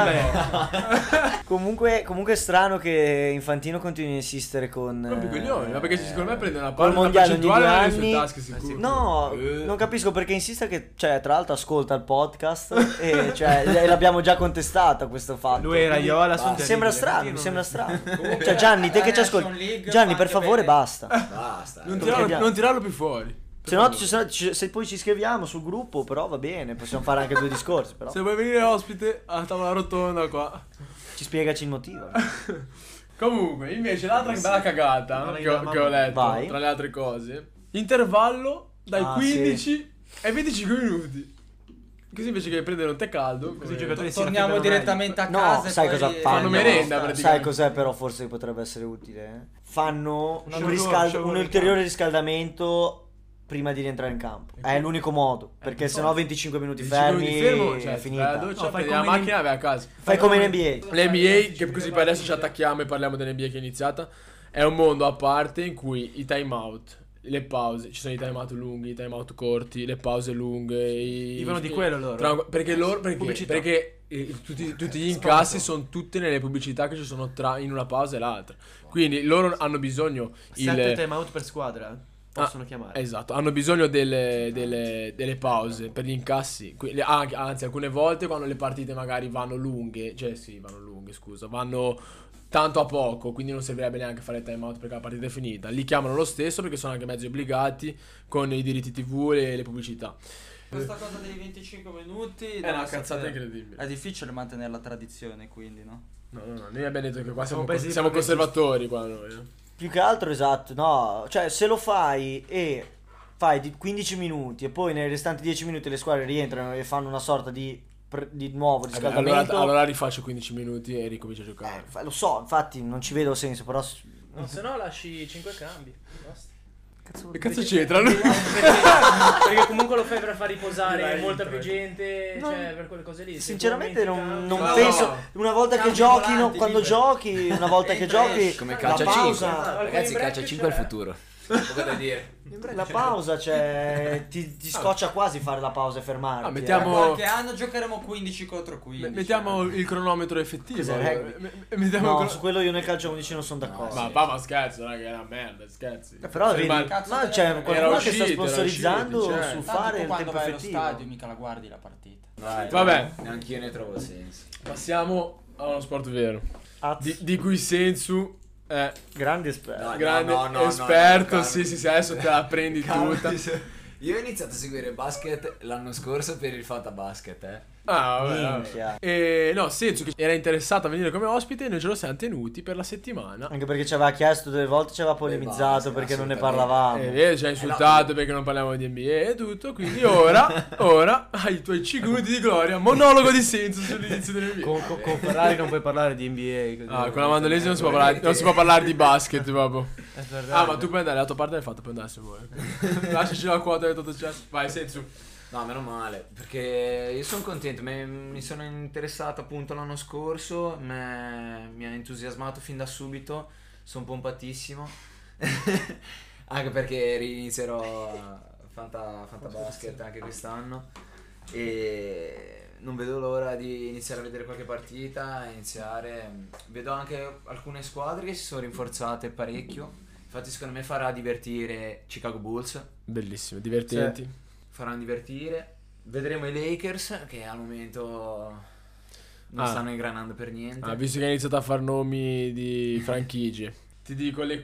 Speaker 2: sembra comunque è strano che Infantino continui a insistere con
Speaker 3: Proprio coglioni, ma perché secondo me prende una
Speaker 2: col
Speaker 3: parte una
Speaker 2: mondiale ogni
Speaker 3: percentuale
Speaker 2: 2
Speaker 3: dalle sue
Speaker 2: anni.
Speaker 3: tasche sicuro.
Speaker 2: No, non capisco perché insista che, cioè, tra l'altro ascolta il podcast e cioè l'abbiamo già contestato questo fatto.
Speaker 1: Lui e Raiola sono
Speaker 2: Mi sembra
Speaker 1: terribili.
Speaker 2: strano, mi sembra strano. Cioè Gianni, te che ci ascolti,
Speaker 4: National League
Speaker 2: Gianni
Speaker 4: fa
Speaker 2: per
Speaker 4: anche
Speaker 2: favore
Speaker 4: bene.
Speaker 2: basta.
Speaker 5: Basta.
Speaker 3: Non
Speaker 2: Perché abbiamo-
Speaker 3: non tirarlo più fuori.
Speaker 2: Se no, se poi ci scriviamo sul gruppo, però va bene, possiamo fare anche 2 discorsi, però.
Speaker 3: Se vuoi venire ospite alla tavola rotonda qua.
Speaker 2: Ci spiegaci il motivo.
Speaker 3: Comunque, invece l'altra bella cagata
Speaker 1: Non
Speaker 3: che ho letto,
Speaker 2: Vai.
Speaker 3: tra le altre cose, intervallo dai
Speaker 2: Ah,
Speaker 3: 15 ai 25 minuti. Così invece che prendere un tè caldo,
Speaker 1: Così i
Speaker 3: come-
Speaker 1: giocatori si
Speaker 4: Torniamo
Speaker 1: raffreddano
Speaker 4: direttamente a
Speaker 2: No,
Speaker 4: casa
Speaker 2: sai
Speaker 4: e poi
Speaker 2: cosa
Speaker 3: fanno
Speaker 2: fanno?
Speaker 3: merenda,
Speaker 2: Sai
Speaker 3: praticamente.
Speaker 2: cos'è però forse che potrebbe essere utile? Fanno un
Speaker 1: scioglimento.
Speaker 2: ulteriore riscaldamento prima di rientrare in campo. È l'unico modo, perché sennò 25 minuti
Speaker 3: 25
Speaker 2: fermi
Speaker 3: minuti fermo,
Speaker 2: è
Speaker 3: cioè,
Speaker 2: finita.
Speaker 3: vai alla doccia,
Speaker 1: No, fai
Speaker 3: prendi la
Speaker 1: come
Speaker 3: macchina e vai a casa.
Speaker 2: Fai come in NBA.
Speaker 3: L'NBA, che così per adesso ci attacchiamo e parliamo dell'NBA che è iniziata, è un mondo a parte in cui i time out, le pause, ci sono i time out lunghi, i time out corti, le pause lunghe.
Speaker 1: Vivono di quello loro.
Speaker 3: Perché
Speaker 1: Pubblicità.
Speaker 3: tutti gli incassi sono tutte nelle pubblicità che ci sono in una pausa e l'altra. Quindi loro hanno bisogno
Speaker 1: 7 time out per squadra. Possono chiamare.
Speaker 3: Esatto, hanno bisogno delle pause per gli incassi. Anzi, alcune volte quando le partite magari vanno lunghe, scusa, vanno tanto a poco, quindi non servirebbe neanche fare time out perché la partita è finita. Li chiamano lo stesso perché sono anche mezzi obbligati con i diritti TV e le pubblicità.
Speaker 4: Questa cosa dei 25 minuti
Speaker 3: È una cazzata incredibile.
Speaker 4: È difficile mantenere la tradizione, quindi, no?
Speaker 3: No, noi abbiamo detto che qua siamo
Speaker 1: paesi progressisti.
Speaker 3: conservatori qua noi.
Speaker 2: Più che altro, esatto, no, cioè se lo fai e fai di 15 minuti e poi nei restanti 10 minuti le squadre rientrano e fanno una sorta di nuovo
Speaker 3: Vabbè,
Speaker 2: riscaldamento.
Speaker 3: allora rifaccio 15 minuti e ricomincio a giocare.
Speaker 2: Lo so, infatti non ci vedo senso, però
Speaker 6: No, se no lasci 5 cambi. Basta.
Speaker 3: Che cazzo c'entrano?
Speaker 6: Perché comunque lo fai per far riposare
Speaker 3: Dai,
Speaker 6: molta più
Speaker 3: tre.
Speaker 6: gente,
Speaker 2: No,
Speaker 6: cioè per quelle cose lì. Se
Speaker 2: sinceramente
Speaker 6: tu aumenti
Speaker 2: non,
Speaker 6: i
Speaker 2: non
Speaker 6: cambi-
Speaker 2: penso. Una volta che
Speaker 4: Cambi
Speaker 2: giochi,
Speaker 4: volanti,
Speaker 2: quando
Speaker 4: liberi.
Speaker 2: giochi, una volta che
Speaker 4: Entra e
Speaker 2: giochi,
Speaker 4: esce.
Speaker 5: Come
Speaker 2: la
Speaker 5: calcio
Speaker 2: pausa,
Speaker 5: 5.
Speaker 6: Alcuni
Speaker 5: Ragazzi,
Speaker 6: break
Speaker 5: calcio 5 è il
Speaker 6: c'è.
Speaker 5: futuro. Poco da dire.
Speaker 2: la pausa, cioè ti scoccia quasi fare la pausa e fermarti.
Speaker 3: Ah, mettiamo-
Speaker 4: Tra qualche anno giocheremo 15 contro 15.
Speaker 3: Mettiamo il cronometro effettivo.
Speaker 2: Cos'è, rugby?
Speaker 3: Mettiamo
Speaker 2: No,
Speaker 3: il
Speaker 2: su quello io nel calcio 11 non sono d'accordo.
Speaker 3: Ma scherzo, raga, è una merda, scherzi.
Speaker 2: Però vedi,
Speaker 3: Ma-
Speaker 4: cazzo
Speaker 2: ma
Speaker 4: deve
Speaker 2: c'è
Speaker 4: essere?
Speaker 2: qualcuno che sta
Speaker 3: uscito, era
Speaker 2: sponsorizzando
Speaker 3: uscito, cioè.
Speaker 2: sul
Speaker 4: Tanto
Speaker 2: fare
Speaker 4: tu
Speaker 2: il
Speaker 4: quando
Speaker 2: tempo
Speaker 4: vai allo
Speaker 2: effettivo.
Speaker 4: stadio mica la guardi la partita.
Speaker 3: Vabbè.
Speaker 5: Neanche io ne trovo senso.
Speaker 3: Passiamo a uno sport vero.
Speaker 2: Azz,
Speaker 3: Di cui Sensu è
Speaker 2: grande esperto.
Speaker 5: No,
Speaker 3: grande
Speaker 5: no,
Speaker 3: esperto.
Speaker 5: no,
Speaker 3: sì, adesso te la prendi tutta.
Speaker 5: Io ho iniziato a seguire basket l'anno scorso per il Fata Basket,
Speaker 3: Ah, vabbè.
Speaker 2: Minchia.
Speaker 3: E no, Senso che era interessato a venire come ospite e noi ce lo siamo tenuti per la settimana.
Speaker 2: Anche perché ci aveva chiesto delle volte, ci aveva polemizzato
Speaker 5: basta,
Speaker 2: perché non ne
Speaker 5: assolutamente.
Speaker 2: parlavamo.
Speaker 3: Ci ha insultato perché non parliamo di NBA e tutto. Quindi ora hai i tuoi 5 minuti di gloria. Monologo di Senso sull'inizio dell'NBA.
Speaker 1: Con Ferrari non puoi parlare di NBA. Così.
Speaker 3: Ah, con la mandolese non si può parlare di basket proprio.
Speaker 1: verdad.
Speaker 3: Ah, ma tu puoi andare, la tua parte l'hai fatta, puoi andare se vuoi. Lasciaci la quota del tutto chat. Vai, Senso.
Speaker 5: No, meno male, perché io sono contento, mi sono interessato appunto l'anno scorso, mi ha entusiasmato fin da subito, sono pompatissimo, anche perché inizierò Fanta Basket anche quest'anno e non vedo l'ora di iniziare a vedere qualche partita, vedo anche alcune squadre che si sono rinforzate parecchio, infatti secondo me farà divertire Chicago Bulls.
Speaker 3: Bellissimo, divertenti.
Speaker 5: Faranno divertire. Vedremo i Lakers che al momento non stanno ingranando per niente.
Speaker 3: Ah, visto che hai iniziato a far nomi di franchigie, ti dico le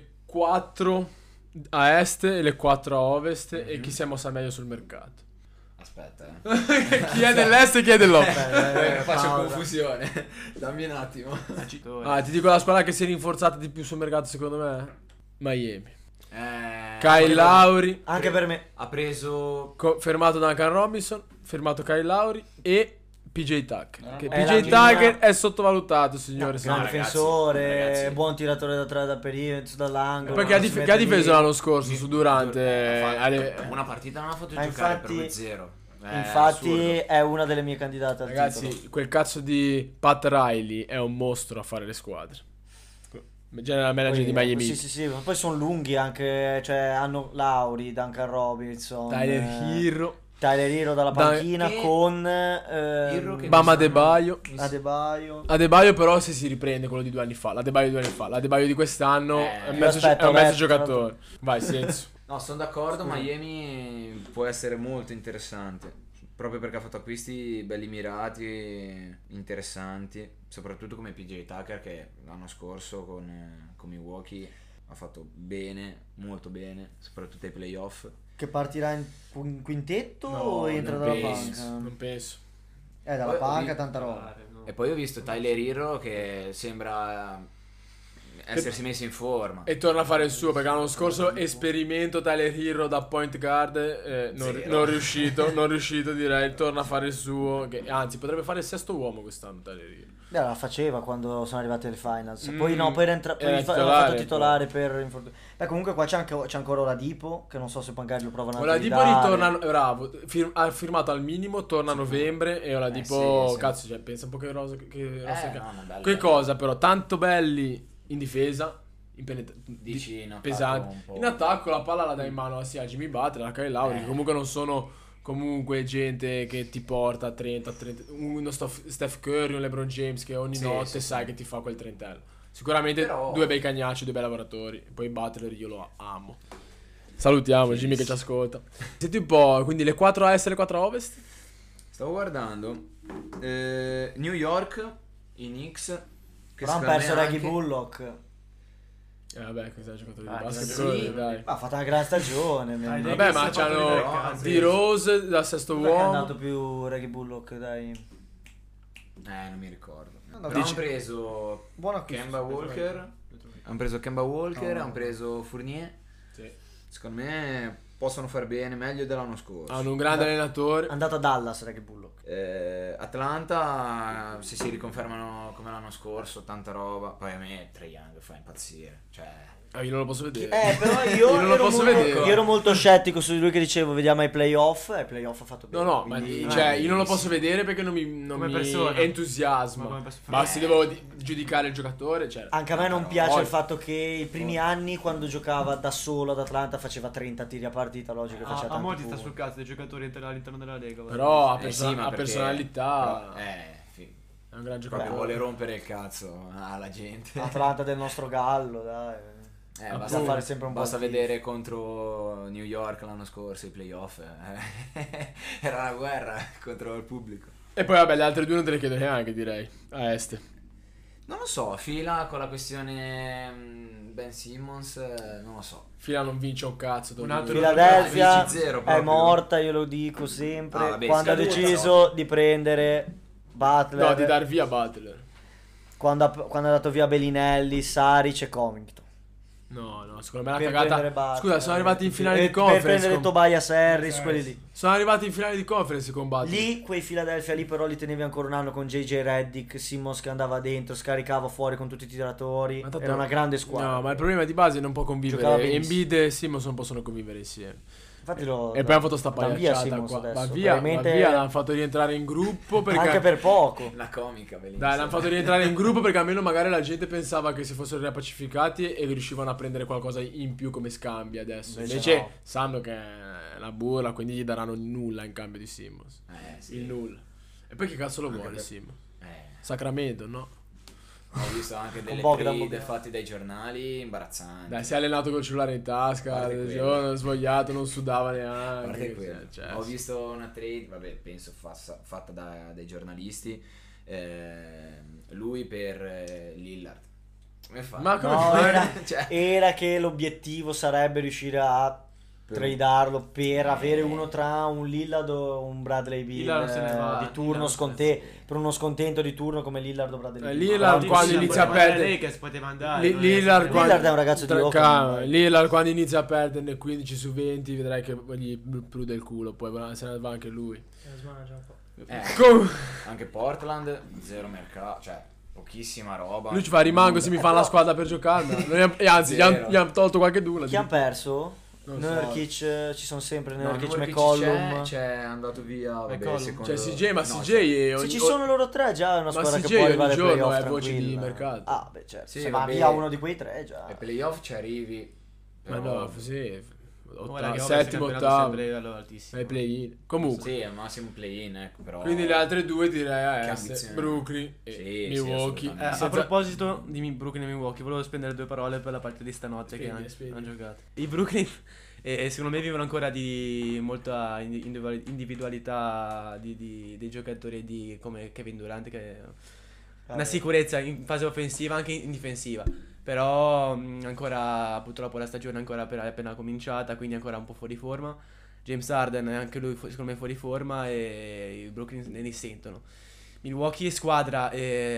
Speaker 3: 4 a est e le 4 a ovest e chi si è mossa meglio sul mercato.
Speaker 5: Aspetta,
Speaker 3: Chi è dell'est e chi è dell'ovest?
Speaker 5: faccio
Speaker 2: pausa.
Speaker 5: confusione. Dammi un attimo.
Speaker 3: Ah, ti dico la squadra che si è rinforzata di più sul mercato secondo me? Miami. Kyle Lowry,
Speaker 2: Anche per me.
Speaker 5: ha preso
Speaker 3: fermato Duncan Robinson, fermato Kyle Lowry e PJ Tucker. Che
Speaker 2: È
Speaker 3: PJ
Speaker 2: la
Speaker 3: Tucker è sottovalutato, signore.
Speaker 2: Gran
Speaker 5: ragazzi,
Speaker 2: difensore,
Speaker 5: ragazzi.
Speaker 2: buon tiratore da 3 da perimetro, dall'angolo.
Speaker 3: Poi che ha,
Speaker 2: non si
Speaker 3: che
Speaker 2: mette
Speaker 3: ha
Speaker 2: lì.
Speaker 3: difeso l'anno scorso su Durante.
Speaker 5: una partita non ha fatto
Speaker 2: Ma
Speaker 5: giocare
Speaker 2: infatti-
Speaker 5: per lo 0.
Speaker 2: Infatti è una delle mie candidate al
Speaker 3: Ragazzi,
Speaker 2: titolo.
Speaker 3: quel cazzo di Pat Riley è un mostro a fare le squadre. General manager di Miami.
Speaker 2: Sì, ma poi sono lunghi anche, cioè hanno Lauri, Duncan Robinson,
Speaker 3: Tyler Hero,
Speaker 2: Tyler Hero dalla panchina
Speaker 5: che-
Speaker 2: con
Speaker 5: Hero che-
Speaker 3: Bam Adebayo.
Speaker 2: Adebayo.
Speaker 3: Adebayo però se si riprende quello di 2 anni fa. L'Adebayo di 2 anni fa. L'Adebayo di quest'anno è un mezzo,
Speaker 2: aspetta,
Speaker 3: è un mezzo
Speaker 2: Roberto,
Speaker 3: giocatore. Vai, Senso.
Speaker 5: No, sono d'accordo, Miami può essere molto interessante. Proprio perché ha fatto acquisti belli mirati, interessanti. Soprattutto come PJ Tucker che l'anno scorso con Milwaukee ha fatto bene, molto bene, soprattutto ai playoff.
Speaker 2: Che partirà in quintetto o entra
Speaker 3: non
Speaker 2: dalla
Speaker 3: penso,
Speaker 2: panca?
Speaker 3: non penso.
Speaker 2: Dalla
Speaker 5: Poi-
Speaker 2: panca tanta roba.
Speaker 5: E poi ho visto Tyler Hero che sembra essersi messo in forma.
Speaker 3: E torna a fare il suo perché l'anno scorso esperimento Tyler Hero da point guard non riuscito direi, torna a fare il suo che, anzi potrebbe fare il sesto uomo quest'anno Tyler Hero.
Speaker 2: La faceva quando sono arrivati alle finals. Poi no, poi
Speaker 3: era
Speaker 2: l'ha
Speaker 3: titolare,
Speaker 2: fatto titolare per infortunio. Beh, comunque qua c'è ancora Oladipo, che non so se magari lo provano a
Speaker 3: Oladipo
Speaker 2: ridare.
Speaker 3: ritorna, bravo, ha firmato al minimo, torna a novembre e Oladipo,
Speaker 5: sì.
Speaker 3: cazzo, cioè, pensa un po' che rosa che
Speaker 5: no, bello,
Speaker 3: che
Speaker 5: bello.
Speaker 3: cosa però, tanto belli in difesa,
Speaker 5: Dici in attacco
Speaker 3: pesanti.
Speaker 5: un po'.
Speaker 3: In attacco la palla la dai in mano sia a Jimmy Butler, a Kyle Lowry, che comunque non sono comunque gente che ti porta a 30, uno Steph Curry, un LeBron James che ogni
Speaker 5: Sì,
Speaker 3: notte
Speaker 5: sì,
Speaker 3: sai che ti fa quel trentello. Sicuramente
Speaker 5: Però-
Speaker 3: due bei cagnacci, due bei lavoratori. Poi Butler io lo amo. Salutiamo Jimmy che ci ascolta. Senti un po', quindi le 4 a est e le 4 a ovest?
Speaker 5: Stavo guardando New York, i Knicks che
Speaker 2: Però hanno
Speaker 5: secondo me
Speaker 2: perso Reggie
Speaker 5: anche-
Speaker 2: Bullock.
Speaker 3: Vabbè, questo è un giocatore di
Speaker 1: Ah,
Speaker 3: basket,
Speaker 5: sì.
Speaker 3: quello, dai.
Speaker 2: Ma ha fatto una gran stagione.
Speaker 1: Dai,
Speaker 2: man.
Speaker 3: Vabbè, ma
Speaker 1: Knicks ha fatto
Speaker 3: c'hanno
Speaker 1: vedere
Speaker 3: di Rose da sesto
Speaker 2: Dov'è che è
Speaker 3: uomo.
Speaker 2: andato più Reggie Bullock, dai.
Speaker 5: non mi ricordo.
Speaker 2: andato-
Speaker 5: Però hanno preso
Speaker 2: Buon acquisto.
Speaker 5: Kemba Walker. Hanno preso Kemba Walker,
Speaker 2: No.
Speaker 5: hanno preso Fournier.
Speaker 3: Sì.
Speaker 5: Secondo me possono far bene, meglio dell'anno scorso.
Speaker 3: Hanno un grande allenatore.
Speaker 2: È andato a Dallas Reggie Bullock.
Speaker 5: Atlanta, se si riconfermano come l'anno scorso, tanta roba. Poi a me Trae Young fa impazzire. Cioè,
Speaker 3: Io non lo posso vedere.
Speaker 2: Però
Speaker 3: Io non lo posso vedere.
Speaker 2: Io ero molto scettico su di lui che dicevo vediamo ai playoff. Ai playoff ha fatto bene.
Speaker 3: No, ma
Speaker 2: quindi-
Speaker 3: cioè, io non lo posso vedere perché non mi
Speaker 1: Come persona.
Speaker 3: entusiasma.
Speaker 1: Ma come
Speaker 3: Ma,
Speaker 1: persona.
Speaker 3: se devo giudicare il giocatore, cioè,
Speaker 2: Anche a me non
Speaker 5: No,
Speaker 2: piace
Speaker 3: poi-
Speaker 2: il fatto che i primi anni quando giocava da solo ad Atlanta faceva 30 tiri a partita, logico che faceva
Speaker 1: A
Speaker 2: tanti
Speaker 1: molti sta
Speaker 2: punti.
Speaker 1: sul cazzo dei giocatori all'interno della Lega. guarda.
Speaker 3: però ha,
Speaker 5: sì, ma
Speaker 3: ha
Speaker 5: perché-
Speaker 3: personalità.
Speaker 5: però,
Speaker 3: È un gran
Speaker 5: proprio
Speaker 3: giocatore.
Speaker 5: vuole rompere il cazzo alla gente.
Speaker 2: Atlanta del nostro gallo, dai.
Speaker 5: Basta
Speaker 2: fare sempre un po'
Speaker 5: basta
Speaker 2: il tifo.
Speaker 5: vedere contro New York l'anno scorso i playoff. Era una guerra contro il pubblico.
Speaker 3: E poi vabbè, le altre due non te le chiedo neanche, direi. A est.
Speaker 5: Non lo so, fila con la questione Ben Simmons, non lo so.
Speaker 3: Fila non vince un cazzo.
Speaker 1: Un altro-
Speaker 2: Philadelphia
Speaker 5: 15-0
Speaker 2: è
Speaker 5: proprio.
Speaker 2: morta, io lo dico sempre.
Speaker 5: Ah, vabbè,
Speaker 2: quando ha
Speaker 5: scaduta,
Speaker 2: deciso di prendere Butler,
Speaker 3: No, di dar via Butler.
Speaker 2: quando ha dato via Bellinelli, Saric e Covington.
Speaker 3: No, secondo me è
Speaker 2: Per
Speaker 3: una
Speaker 2: prendere
Speaker 3: cagata.
Speaker 2: Butler,
Speaker 3: Scusa, sono arrivati in finale di
Speaker 2: per
Speaker 3: conference.
Speaker 2: prendere
Speaker 3: con-
Speaker 2: Tobias Harris, quelli lì.
Speaker 3: Sono arrivati in finale di conference con Butler.
Speaker 2: Lì, quei Philadelphia lì però li tenevi ancora un anno con JJ Redick, Simmons che andava dentro, scaricava fuori con tutti i tiratori.
Speaker 3: Ma tanto-
Speaker 2: Era una grande squadra.
Speaker 3: No, ma il problema di base non può
Speaker 2: Giocava
Speaker 3: convivere.
Speaker 2: benissimo.
Speaker 3: Embiid e Simmons non possono convivere insieme.
Speaker 2: Infatti
Speaker 3: E poi hanno fatto sta
Speaker 2: dan via
Speaker 3: pagliacciata
Speaker 2: Simmons
Speaker 3: qua.
Speaker 2: adesso.
Speaker 3: Va via,
Speaker 2: Probabilmente-
Speaker 3: l'hanno fatto rientrare in gruppo perché...
Speaker 2: Anche per poco.
Speaker 5: La comica, bellissima.
Speaker 3: Dai, l'hanno fatto rientrare in gruppo perché almeno magari la gente pensava che si fossero riappacificati e riuscivano a prendere qualcosa in più come scambi adesso. Invece
Speaker 2: no.
Speaker 3: sanno che è una burla, quindi gli daranno nulla in cambio di Simmons.
Speaker 5: Sì.
Speaker 3: Il nulla. E poi che cazzo lo
Speaker 5: Anche
Speaker 3: vuole
Speaker 5: per-
Speaker 3: Simmons?
Speaker 5: Eh,
Speaker 3: Sacramento, no?
Speaker 5: ho visto anche delle
Speaker 2: Bogdan
Speaker 5: trade
Speaker 2: Bogdan.
Speaker 5: fatte dai giornali imbarazzanti.
Speaker 3: Dai, si è allenato col cellulare in tasca,
Speaker 5: Guarda
Speaker 3: il
Speaker 5: quello.
Speaker 3: giorno svogliato, non sudava
Speaker 5: A
Speaker 3: neanche.
Speaker 5: parte quello,
Speaker 3: cioè,
Speaker 5: ho visto una trade, vabbè, penso fatta dai giornalisti. Lui per Lillard. Come fa?
Speaker 3: Ma come
Speaker 2: No,
Speaker 3: fai?
Speaker 5: Cioè,
Speaker 2: era che l'obiettivo sarebbe riuscire a tradarlo per avere uno tra un Lillard o un Bradley Beal
Speaker 1: Lillard se ne va,
Speaker 2: di turno
Speaker 1: Lillard
Speaker 2: per uno scontento di turno come Lillard o Bradley Beal.
Speaker 3: Lillard
Speaker 2: Ma
Speaker 3: quando
Speaker 2: sì,
Speaker 3: inizia a
Speaker 1: poteva andare
Speaker 3: perdere-
Speaker 1: Lakers, poteva andare.
Speaker 3: Li-
Speaker 1: non
Speaker 3: Lillard,
Speaker 1: è-
Speaker 3: quando-
Speaker 2: Lillard è un ragazzo di Oakland,
Speaker 3: calma,
Speaker 2: dai.
Speaker 3: Lillard quando inizia a perderne 15 su 20 vedrai che gli prude il culo, poi se ne va anche lui.
Speaker 6: Smangia un po'.
Speaker 5: anche Portland, zero mercato, cioè pochissima roba.
Speaker 3: Lui ci fa rimango se mi fa la squadra per giocarla. E anzi gli
Speaker 5: Zero.
Speaker 3: hanno tolto qualche dula.
Speaker 2: Chi hanno perso?
Speaker 3: Non so.
Speaker 2: Nurkic, ci sono sempre
Speaker 5: No,
Speaker 2: Nurkic,
Speaker 5: Nurkic
Speaker 2: McCollum.
Speaker 5: c'è andato via, vabbè,
Speaker 1: McCollum.
Speaker 5: secondo...
Speaker 3: Cioè CJ, ma
Speaker 5: no,
Speaker 3: CJ
Speaker 5: c'è-
Speaker 3: è
Speaker 2: Se ci sono loro tre già è una
Speaker 3: Ma
Speaker 2: squadra che
Speaker 3: CJ
Speaker 2: può
Speaker 3: ogni
Speaker 2: arrivare ai
Speaker 3: giorno
Speaker 2: playoff
Speaker 3: è voce di
Speaker 2: tranquilla.
Speaker 3: mercato.
Speaker 2: Ah, beh, certo.
Speaker 5: Sì,
Speaker 2: Se va
Speaker 5: vabbè.
Speaker 2: via uno di quei tre già.
Speaker 5: ai playoff ci arrivi.
Speaker 3: Ma
Speaker 5: però-
Speaker 3: no, sì.
Speaker 1: Ora che
Speaker 3: Settimo,
Speaker 1: Ovest è
Speaker 3: ottavo.
Speaker 1: sempre a livello altissimo.
Speaker 3: Ai play-in. Comunque.
Speaker 5: Sì, al massimo play-in, ecco, però...
Speaker 3: Quindi le altre due direi a
Speaker 5: Che
Speaker 3: est,
Speaker 5: ambizione.
Speaker 3: Brooklyn e
Speaker 5: Sì,
Speaker 3: Milwaukee.
Speaker 5: sì,
Speaker 1: A
Speaker 5: Senza-
Speaker 1: proposito di Brooklyn e Milwaukee, volevo spendere due parole per la partita di stanotte
Speaker 3: Spendi,
Speaker 1: che
Speaker 3: spendi.
Speaker 1: hanno giocato. I Brooklyn, secondo me, vivono ancora di molta individualità dei giocatori come Kevin Durant, che è una sicurezza in fase offensiva, anche in difensiva. Però ancora, purtroppo, la stagione è ancora appena cominciata, quindi ancora un po' fuori forma. James Harden è anche lui secondo me fuori forma e i Brooklyn ne risentono. Milwaukee squadra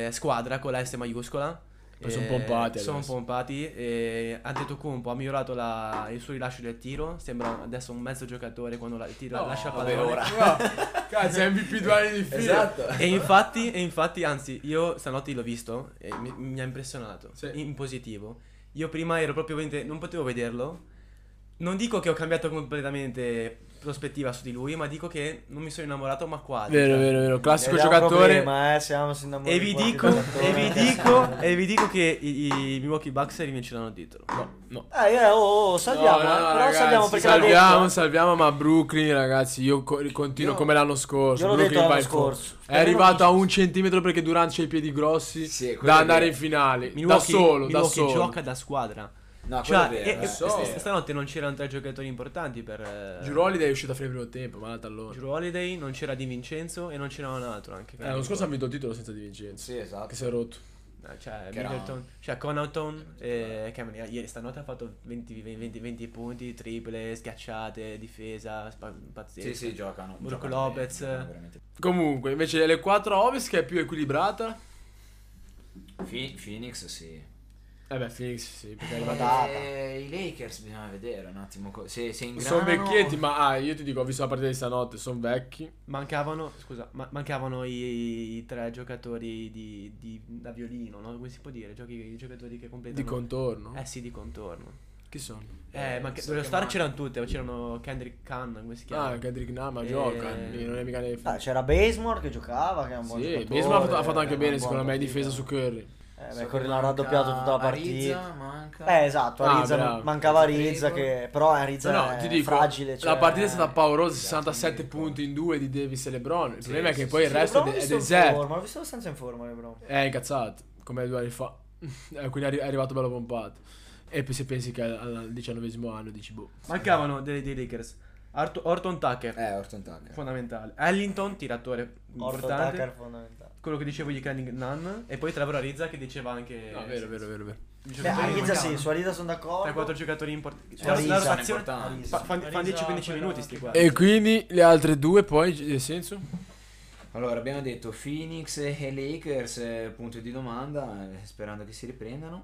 Speaker 1: con la S maiuscola.
Speaker 3: Poi sono pompati
Speaker 1: Sono
Speaker 3: adesso.
Speaker 1: pompati. Antetokounmpo ha migliorato il suo rilascio del tiro. Sembra adesso un mezzo giocatore quando lascia il
Speaker 5: vabbè,
Speaker 1: pallone.
Speaker 5: ora.
Speaker 3: Cazzo, è MVP 2 anni di fila.
Speaker 5: Esatto.
Speaker 1: E infatti, anzi, io stanotte l'ho visto e mi ha impressionato
Speaker 3: Sì.
Speaker 1: in positivo. Io prima ero proprio non potevo vederlo. Non dico che ho cambiato completamente prospettiva su di lui, ma dico che non mi sono innamorato, ma quasi.
Speaker 3: Vero,
Speaker 1: cioè.
Speaker 3: vero, vero. Classico
Speaker 2: Ed è un
Speaker 3: giocatore.
Speaker 2: problema, siamo innamorati
Speaker 1: E
Speaker 2: di
Speaker 1: vi
Speaker 2: qualche
Speaker 1: dico,
Speaker 2: giocatore.
Speaker 1: e vi dico che i Milwaukee Bucks rivinceranno il titolo.
Speaker 3: No.
Speaker 2: Salviamo,
Speaker 3: No, no,
Speaker 2: però
Speaker 3: ragazzi,
Speaker 2: salviamo perché l'ha detto.
Speaker 3: salviamo, ma Brooklyn, ragazzi, io continuo
Speaker 2: Io-
Speaker 3: come l'anno scorso.
Speaker 2: io l'ho
Speaker 3: Brooklyn
Speaker 2: detto
Speaker 3: va
Speaker 2: l'anno
Speaker 3: in fondo.
Speaker 2: scorso.
Speaker 3: È arrivato a 1 centimetro perché Durant c'ha i piedi grossi
Speaker 5: Sì, quello
Speaker 3: da
Speaker 5: è
Speaker 3: andare
Speaker 5: vero.
Speaker 3: in finale.
Speaker 1: Milwaukee,
Speaker 3: da solo.
Speaker 1: Milwaukee gioca da squadra.
Speaker 5: No, quello
Speaker 1: Cioè,
Speaker 5: è vero,
Speaker 1: stanotte non c'erano tre giocatori importanti per
Speaker 3: Drew Holiday è uscito a fine primo tempo, ma allora.
Speaker 1: Drew Holiday, non c'era Di Vincenzo e non c'era un altro anche.
Speaker 3: L'anno scorso ha vinto il titolo senza Di Vincenzo.
Speaker 5: Sì, esatto.
Speaker 3: Che si è rotto.
Speaker 1: Cioè,
Speaker 5: Che era-
Speaker 1: Middleton, cioè Connaughton, che ieri stanotte ha fatto 20 punti, triple, schiacciate, difesa, pazzesco.
Speaker 5: Sì, sì, giocano.
Speaker 1: Brook
Speaker 5: giocano bene,
Speaker 1: Lopez.
Speaker 5: giocano veramente.
Speaker 3: Comunque, invece le 4 a ovest che è più equilibrata.
Speaker 5: Phoenix, sì.
Speaker 3: Beh, Phoenix sì, perché è arrivato.
Speaker 2: Data.
Speaker 5: I Lakers bisogna vedere un attimo se ingranano.
Speaker 3: Sono vecchietti, ma io ti dico, ho visto la partita di stanotte, sono vecchi.
Speaker 1: Mancavano i tre giocatori da violino, no? Come si può dire? I giocatori che completano.
Speaker 3: Di contorno.
Speaker 1: Sì, di contorno.
Speaker 3: Chi sono?
Speaker 5: so
Speaker 1: Dello
Speaker 5: che
Speaker 1: Star
Speaker 5: manca.
Speaker 1: c'erano tutte, c'erano Kendrick Nunn, come si chiama?
Speaker 3: Ah, Kendrick Nunn, ma gioca. Non è mica nei.
Speaker 2: C'era Bazemore che giocava, che è un buon
Speaker 3: Sì,
Speaker 2: giocatore.
Speaker 3: Bazemore ha fatto anche
Speaker 2: è
Speaker 3: bene,
Speaker 2: una
Speaker 3: secondo
Speaker 2: buona
Speaker 3: me, in difesa
Speaker 2: partita.
Speaker 3: su Curry.
Speaker 5: So
Speaker 2: Curry
Speaker 5: che
Speaker 2: l'ha raddoppiato tutta la partita.
Speaker 5: Arizza manca.
Speaker 2: Esatto,
Speaker 3: Ah,
Speaker 2: Arizza,
Speaker 3: bravo.
Speaker 2: mancava Arizza che però Arizza
Speaker 3: No,
Speaker 2: è
Speaker 3: ti dico,
Speaker 2: fragile, cioè,
Speaker 3: la partita è stata paurosa,
Speaker 5: Esatto,
Speaker 3: 67
Speaker 5: mi
Speaker 3: punti in 2 di Davis e LeBron. Il
Speaker 5: Sì,
Speaker 3: problema è che
Speaker 5: sì,
Speaker 3: poi
Speaker 5: sì,
Speaker 3: il
Speaker 5: sì,
Speaker 3: resto
Speaker 2: LeBron
Speaker 3: è
Speaker 2: l'ho visto in
Speaker 3: deserto.
Speaker 2: forma, l'ho visto abbastanza in forma LeBron.
Speaker 3: È incazzato, come 2 anni fa. Quindi è arrivato bello pompato. E poi se pensi che al 19° anno dici boh.
Speaker 1: Mancavano dei Lakers Orton Tucker,
Speaker 5: Orton Tucker.
Speaker 1: fondamentale. Ellington, tiratore
Speaker 2: Orton
Speaker 1: importante.
Speaker 2: Tucker fondamentale.
Speaker 1: Quello che dicevo di Cunningham Nunn. E poi Trevor Ariza che diceva anche...
Speaker 3: No, vero.
Speaker 2: Beh, Ariza sì, su Ariza sono d'accordo.
Speaker 1: 3-4 giocatori importanti.
Speaker 2: Su Ariza.
Speaker 1: La rotazione
Speaker 5: importanti.
Speaker 1: fanno 10-15 minuti sti qua.
Speaker 3: E quindi le altre due poi, nel senso?
Speaker 5: Allora, abbiamo detto Phoenix e Lakers, punto di domanda, sperando che si riprendano.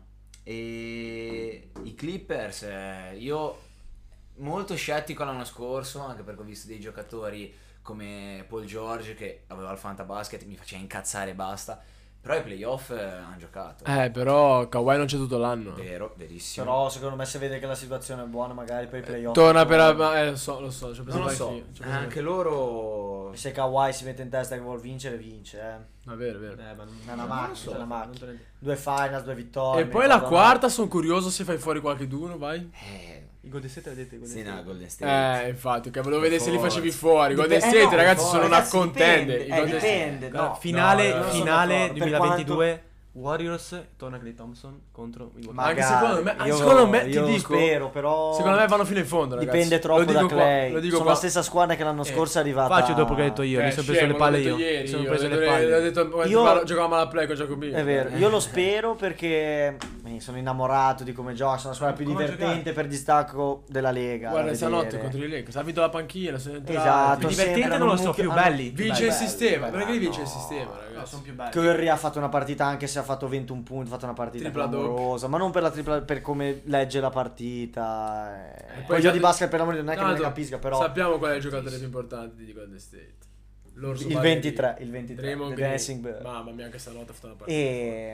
Speaker 5: E i Clippers, io molto scettico l'anno scorso, anche perché ho visto dei giocatori come Paul George che aveva il Fantabasket, mi faceva incazzare e basta. Però i playoff hanno giocato.
Speaker 3: Però Kawhi non c'è tutto l'anno.
Speaker 5: Vero, verissimo.
Speaker 2: Però secondo me se vede che la situazione è buona magari per i playoff.
Speaker 3: Torna lo so, ci ho
Speaker 5: Non lo
Speaker 3: pensato
Speaker 5: so,
Speaker 3: anch'io, ci ho pensato
Speaker 5: anche loro...
Speaker 2: Se Kawhi si mette in testa che vuol vincere, vince.
Speaker 3: anch'io. È vero.
Speaker 1: Ma non,
Speaker 2: È una
Speaker 1: non
Speaker 2: macchina,
Speaker 1: lo so,
Speaker 2: è una
Speaker 1: non
Speaker 2: macchina.
Speaker 1: te ne-
Speaker 2: 2 finals, 2 vittorie.
Speaker 3: E
Speaker 2: mi
Speaker 3: poi la
Speaker 2: ricordo
Speaker 3: quarta, sono curioso se fai fuori qualche d'uno, vai.
Speaker 1: I Golden State l'avete detto.
Speaker 5: Sì, no, Golden State.
Speaker 3: Infatti, che volevo vedere se li
Speaker 5: Forza.
Speaker 3: facevi fuori. Golden
Speaker 2: Dipende-
Speaker 3: State,
Speaker 2: no,
Speaker 3: ragazzi,
Speaker 2: no,
Speaker 3: sono una
Speaker 2: ragazzi,
Speaker 3: contender.
Speaker 2: dipende,
Speaker 3: I Golden State-
Speaker 2: dipende.
Speaker 1: Allora,
Speaker 2: No,
Speaker 1: finale,
Speaker 3: no, no,
Speaker 1: finale
Speaker 2: sono d'accordo. Per
Speaker 1: 2022 Warriors, torna Clay Thompson contro i
Speaker 2: Ma
Speaker 3: Anche
Speaker 2: magari,
Speaker 3: secondo me, ti
Speaker 2: io
Speaker 3: dico,
Speaker 2: spero, però
Speaker 3: secondo me vanno fino in fondo, ragazzi.
Speaker 2: dipende troppo
Speaker 3: Lo dico
Speaker 2: da
Speaker 3: qua,
Speaker 2: Clay.
Speaker 3: lo dico
Speaker 2: Sono
Speaker 3: qua.
Speaker 2: la stessa squadra che l'anno scorso è arrivata.
Speaker 1: Faccio dopo che ho detto io, mi sono preso le palle io. Mi sono preso le palle.
Speaker 3: Ho detto, giocavamo alla play con Giacobino.
Speaker 2: È vero, io lo spero perché sono innamorato di come gioca, sono la squadra più
Speaker 1: Come ha
Speaker 2: divertente
Speaker 1: giocato?
Speaker 2: per distacco della Lega.
Speaker 3: Guarda,
Speaker 2: da
Speaker 3: stanotte
Speaker 2: vedere.
Speaker 3: contro i Lakers ha vinto la panchina, sono entrati.
Speaker 2: Esatto,
Speaker 1: Divertente
Speaker 2: sempre
Speaker 1: non lo so,
Speaker 2: hanno
Speaker 1: più
Speaker 2: hanno-
Speaker 1: belli.
Speaker 3: Vince il
Speaker 2: belli,
Speaker 3: sistema,
Speaker 2: belli.
Speaker 3: perché lì vince
Speaker 2: No.
Speaker 3: il sistema,
Speaker 1: No,
Speaker 3: ragazzi.
Speaker 1: sono più belli.
Speaker 2: Curry ha fatto una partita anche se ha fatto 21 punti, ha fatto una partita
Speaker 3: Tripla
Speaker 2: clamorosa, ma non per la tripla, per come legge la partita.
Speaker 3: poi
Speaker 2: Poi
Speaker 3: già
Speaker 2: io di basket per l'amore non è che me ne
Speaker 3: Tanto,
Speaker 2: capisca, però
Speaker 3: sappiamo qual è il giocatore più importante di Golden State. L'orso
Speaker 2: il
Speaker 3: Barry
Speaker 2: 23,
Speaker 3: Lee.
Speaker 2: il 23,
Speaker 3: Draymond
Speaker 2: The
Speaker 3: Green.
Speaker 2: Dancing Bear.
Speaker 3: Mamma mia, anche stanotte ha fatto una partita.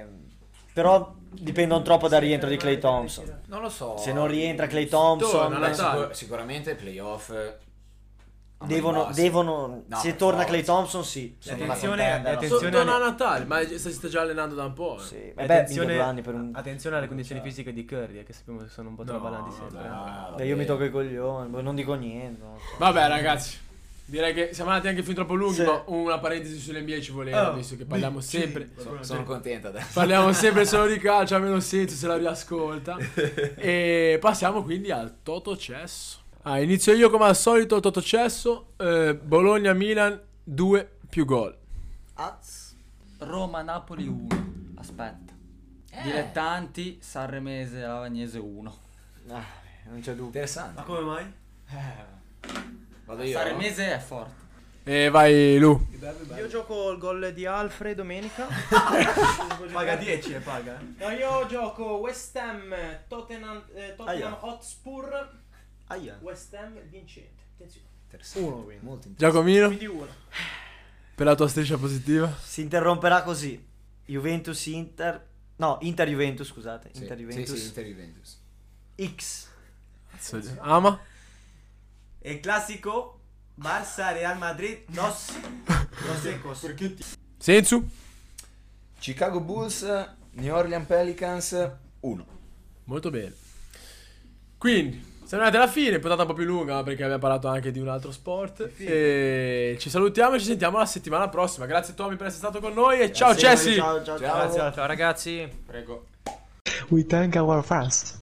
Speaker 2: Però dipendono troppo dal rientro di Klay Thompson.
Speaker 5: Non lo so.
Speaker 2: Se non rientra Klay Thompson,
Speaker 3: Torna, Natale.
Speaker 5: Sicuramente playoff...
Speaker 2: devono
Speaker 5: No,
Speaker 2: se
Speaker 5: per
Speaker 2: torna
Speaker 5: forza.
Speaker 2: Klay Thompson sì.
Speaker 1: E
Speaker 2: sono una
Speaker 1: attenzione,
Speaker 2: contender,
Speaker 1: attenzione
Speaker 3: Torna a Natale, ma si sta già allenando da un po'.
Speaker 2: Sì.
Speaker 1: E
Speaker 2: E beh, mica 2 anni per un...
Speaker 1: attenzione alle condizioni fisiche di Curry, che sappiamo che sono un po' traballanti sempre.
Speaker 2: Io mi tocco i coglioni, non dico niente. non so.
Speaker 3: Vabbè, ragazzi, direi che siamo andati anche fin troppo lunghi,
Speaker 2: Sì.
Speaker 3: ma una parentesi sull'NBA ci voleva,
Speaker 1: Oh,
Speaker 3: visto che parliamo sempre.
Speaker 5: Sono contento adesso.
Speaker 3: Parliamo sempre solo di calcio, a meno senso se la riascolta. E passiamo quindi al Totocesso. Inizio io come al solito, Totocesso. Bologna-Milan 2 più gol.
Speaker 2: Az.
Speaker 4: Roma-Napoli 1. Aspetta. Dilettanti, Sanremese, Lavagnese 1.
Speaker 2: Ah, non c'è dubbio.
Speaker 5: Interessante.
Speaker 1: come mai?
Speaker 5: Vado io.
Speaker 4: Sanremese è forte.
Speaker 3: E vai Lu.
Speaker 6: Io gioco il gol di Alfred domenica.
Speaker 1: Paga 10 e paga.
Speaker 6: No, io gioco West Ham, Tottenham
Speaker 2: Aia.
Speaker 6: Hotspur,
Speaker 2: Aia.
Speaker 6: West Ham vincente. Attenzione.
Speaker 5: Interessante.
Speaker 2: Uno, quindi.
Speaker 5: Molto interessante.
Speaker 3: Giacomino,
Speaker 6: Quindi 1.
Speaker 3: per la tua striscia positiva.
Speaker 2: Si interromperà così. Juventus-Inter. No, Inter-Juventus, scusate.
Speaker 5: Sì,
Speaker 2: Inter-Juventus.
Speaker 5: sì, Inter-Juventus.
Speaker 2: X.
Speaker 3: Ama?
Speaker 1: El clásico Barça-Real Madrid 2 secos.
Speaker 3: Sensu?
Speaker 5: Chicago Bulls, New Orleans Pelicans 1.
Speaker 3: Molto bene. Quindi, siamo arrivati alla fine, puntata un po' più lunga, ma perché abbiamo parlato anche di un altro sport. E ci salutiamo e ci sentiamo la settimana prossima. Grazie Tommy per essere stato con noi e ciao Cessi!
Speaker 2: Ciao, ciao, ciao.
Speaker 1: Ciao ragazzi.
Speaker 3: Prego.
Speaker 7: We thank our fans.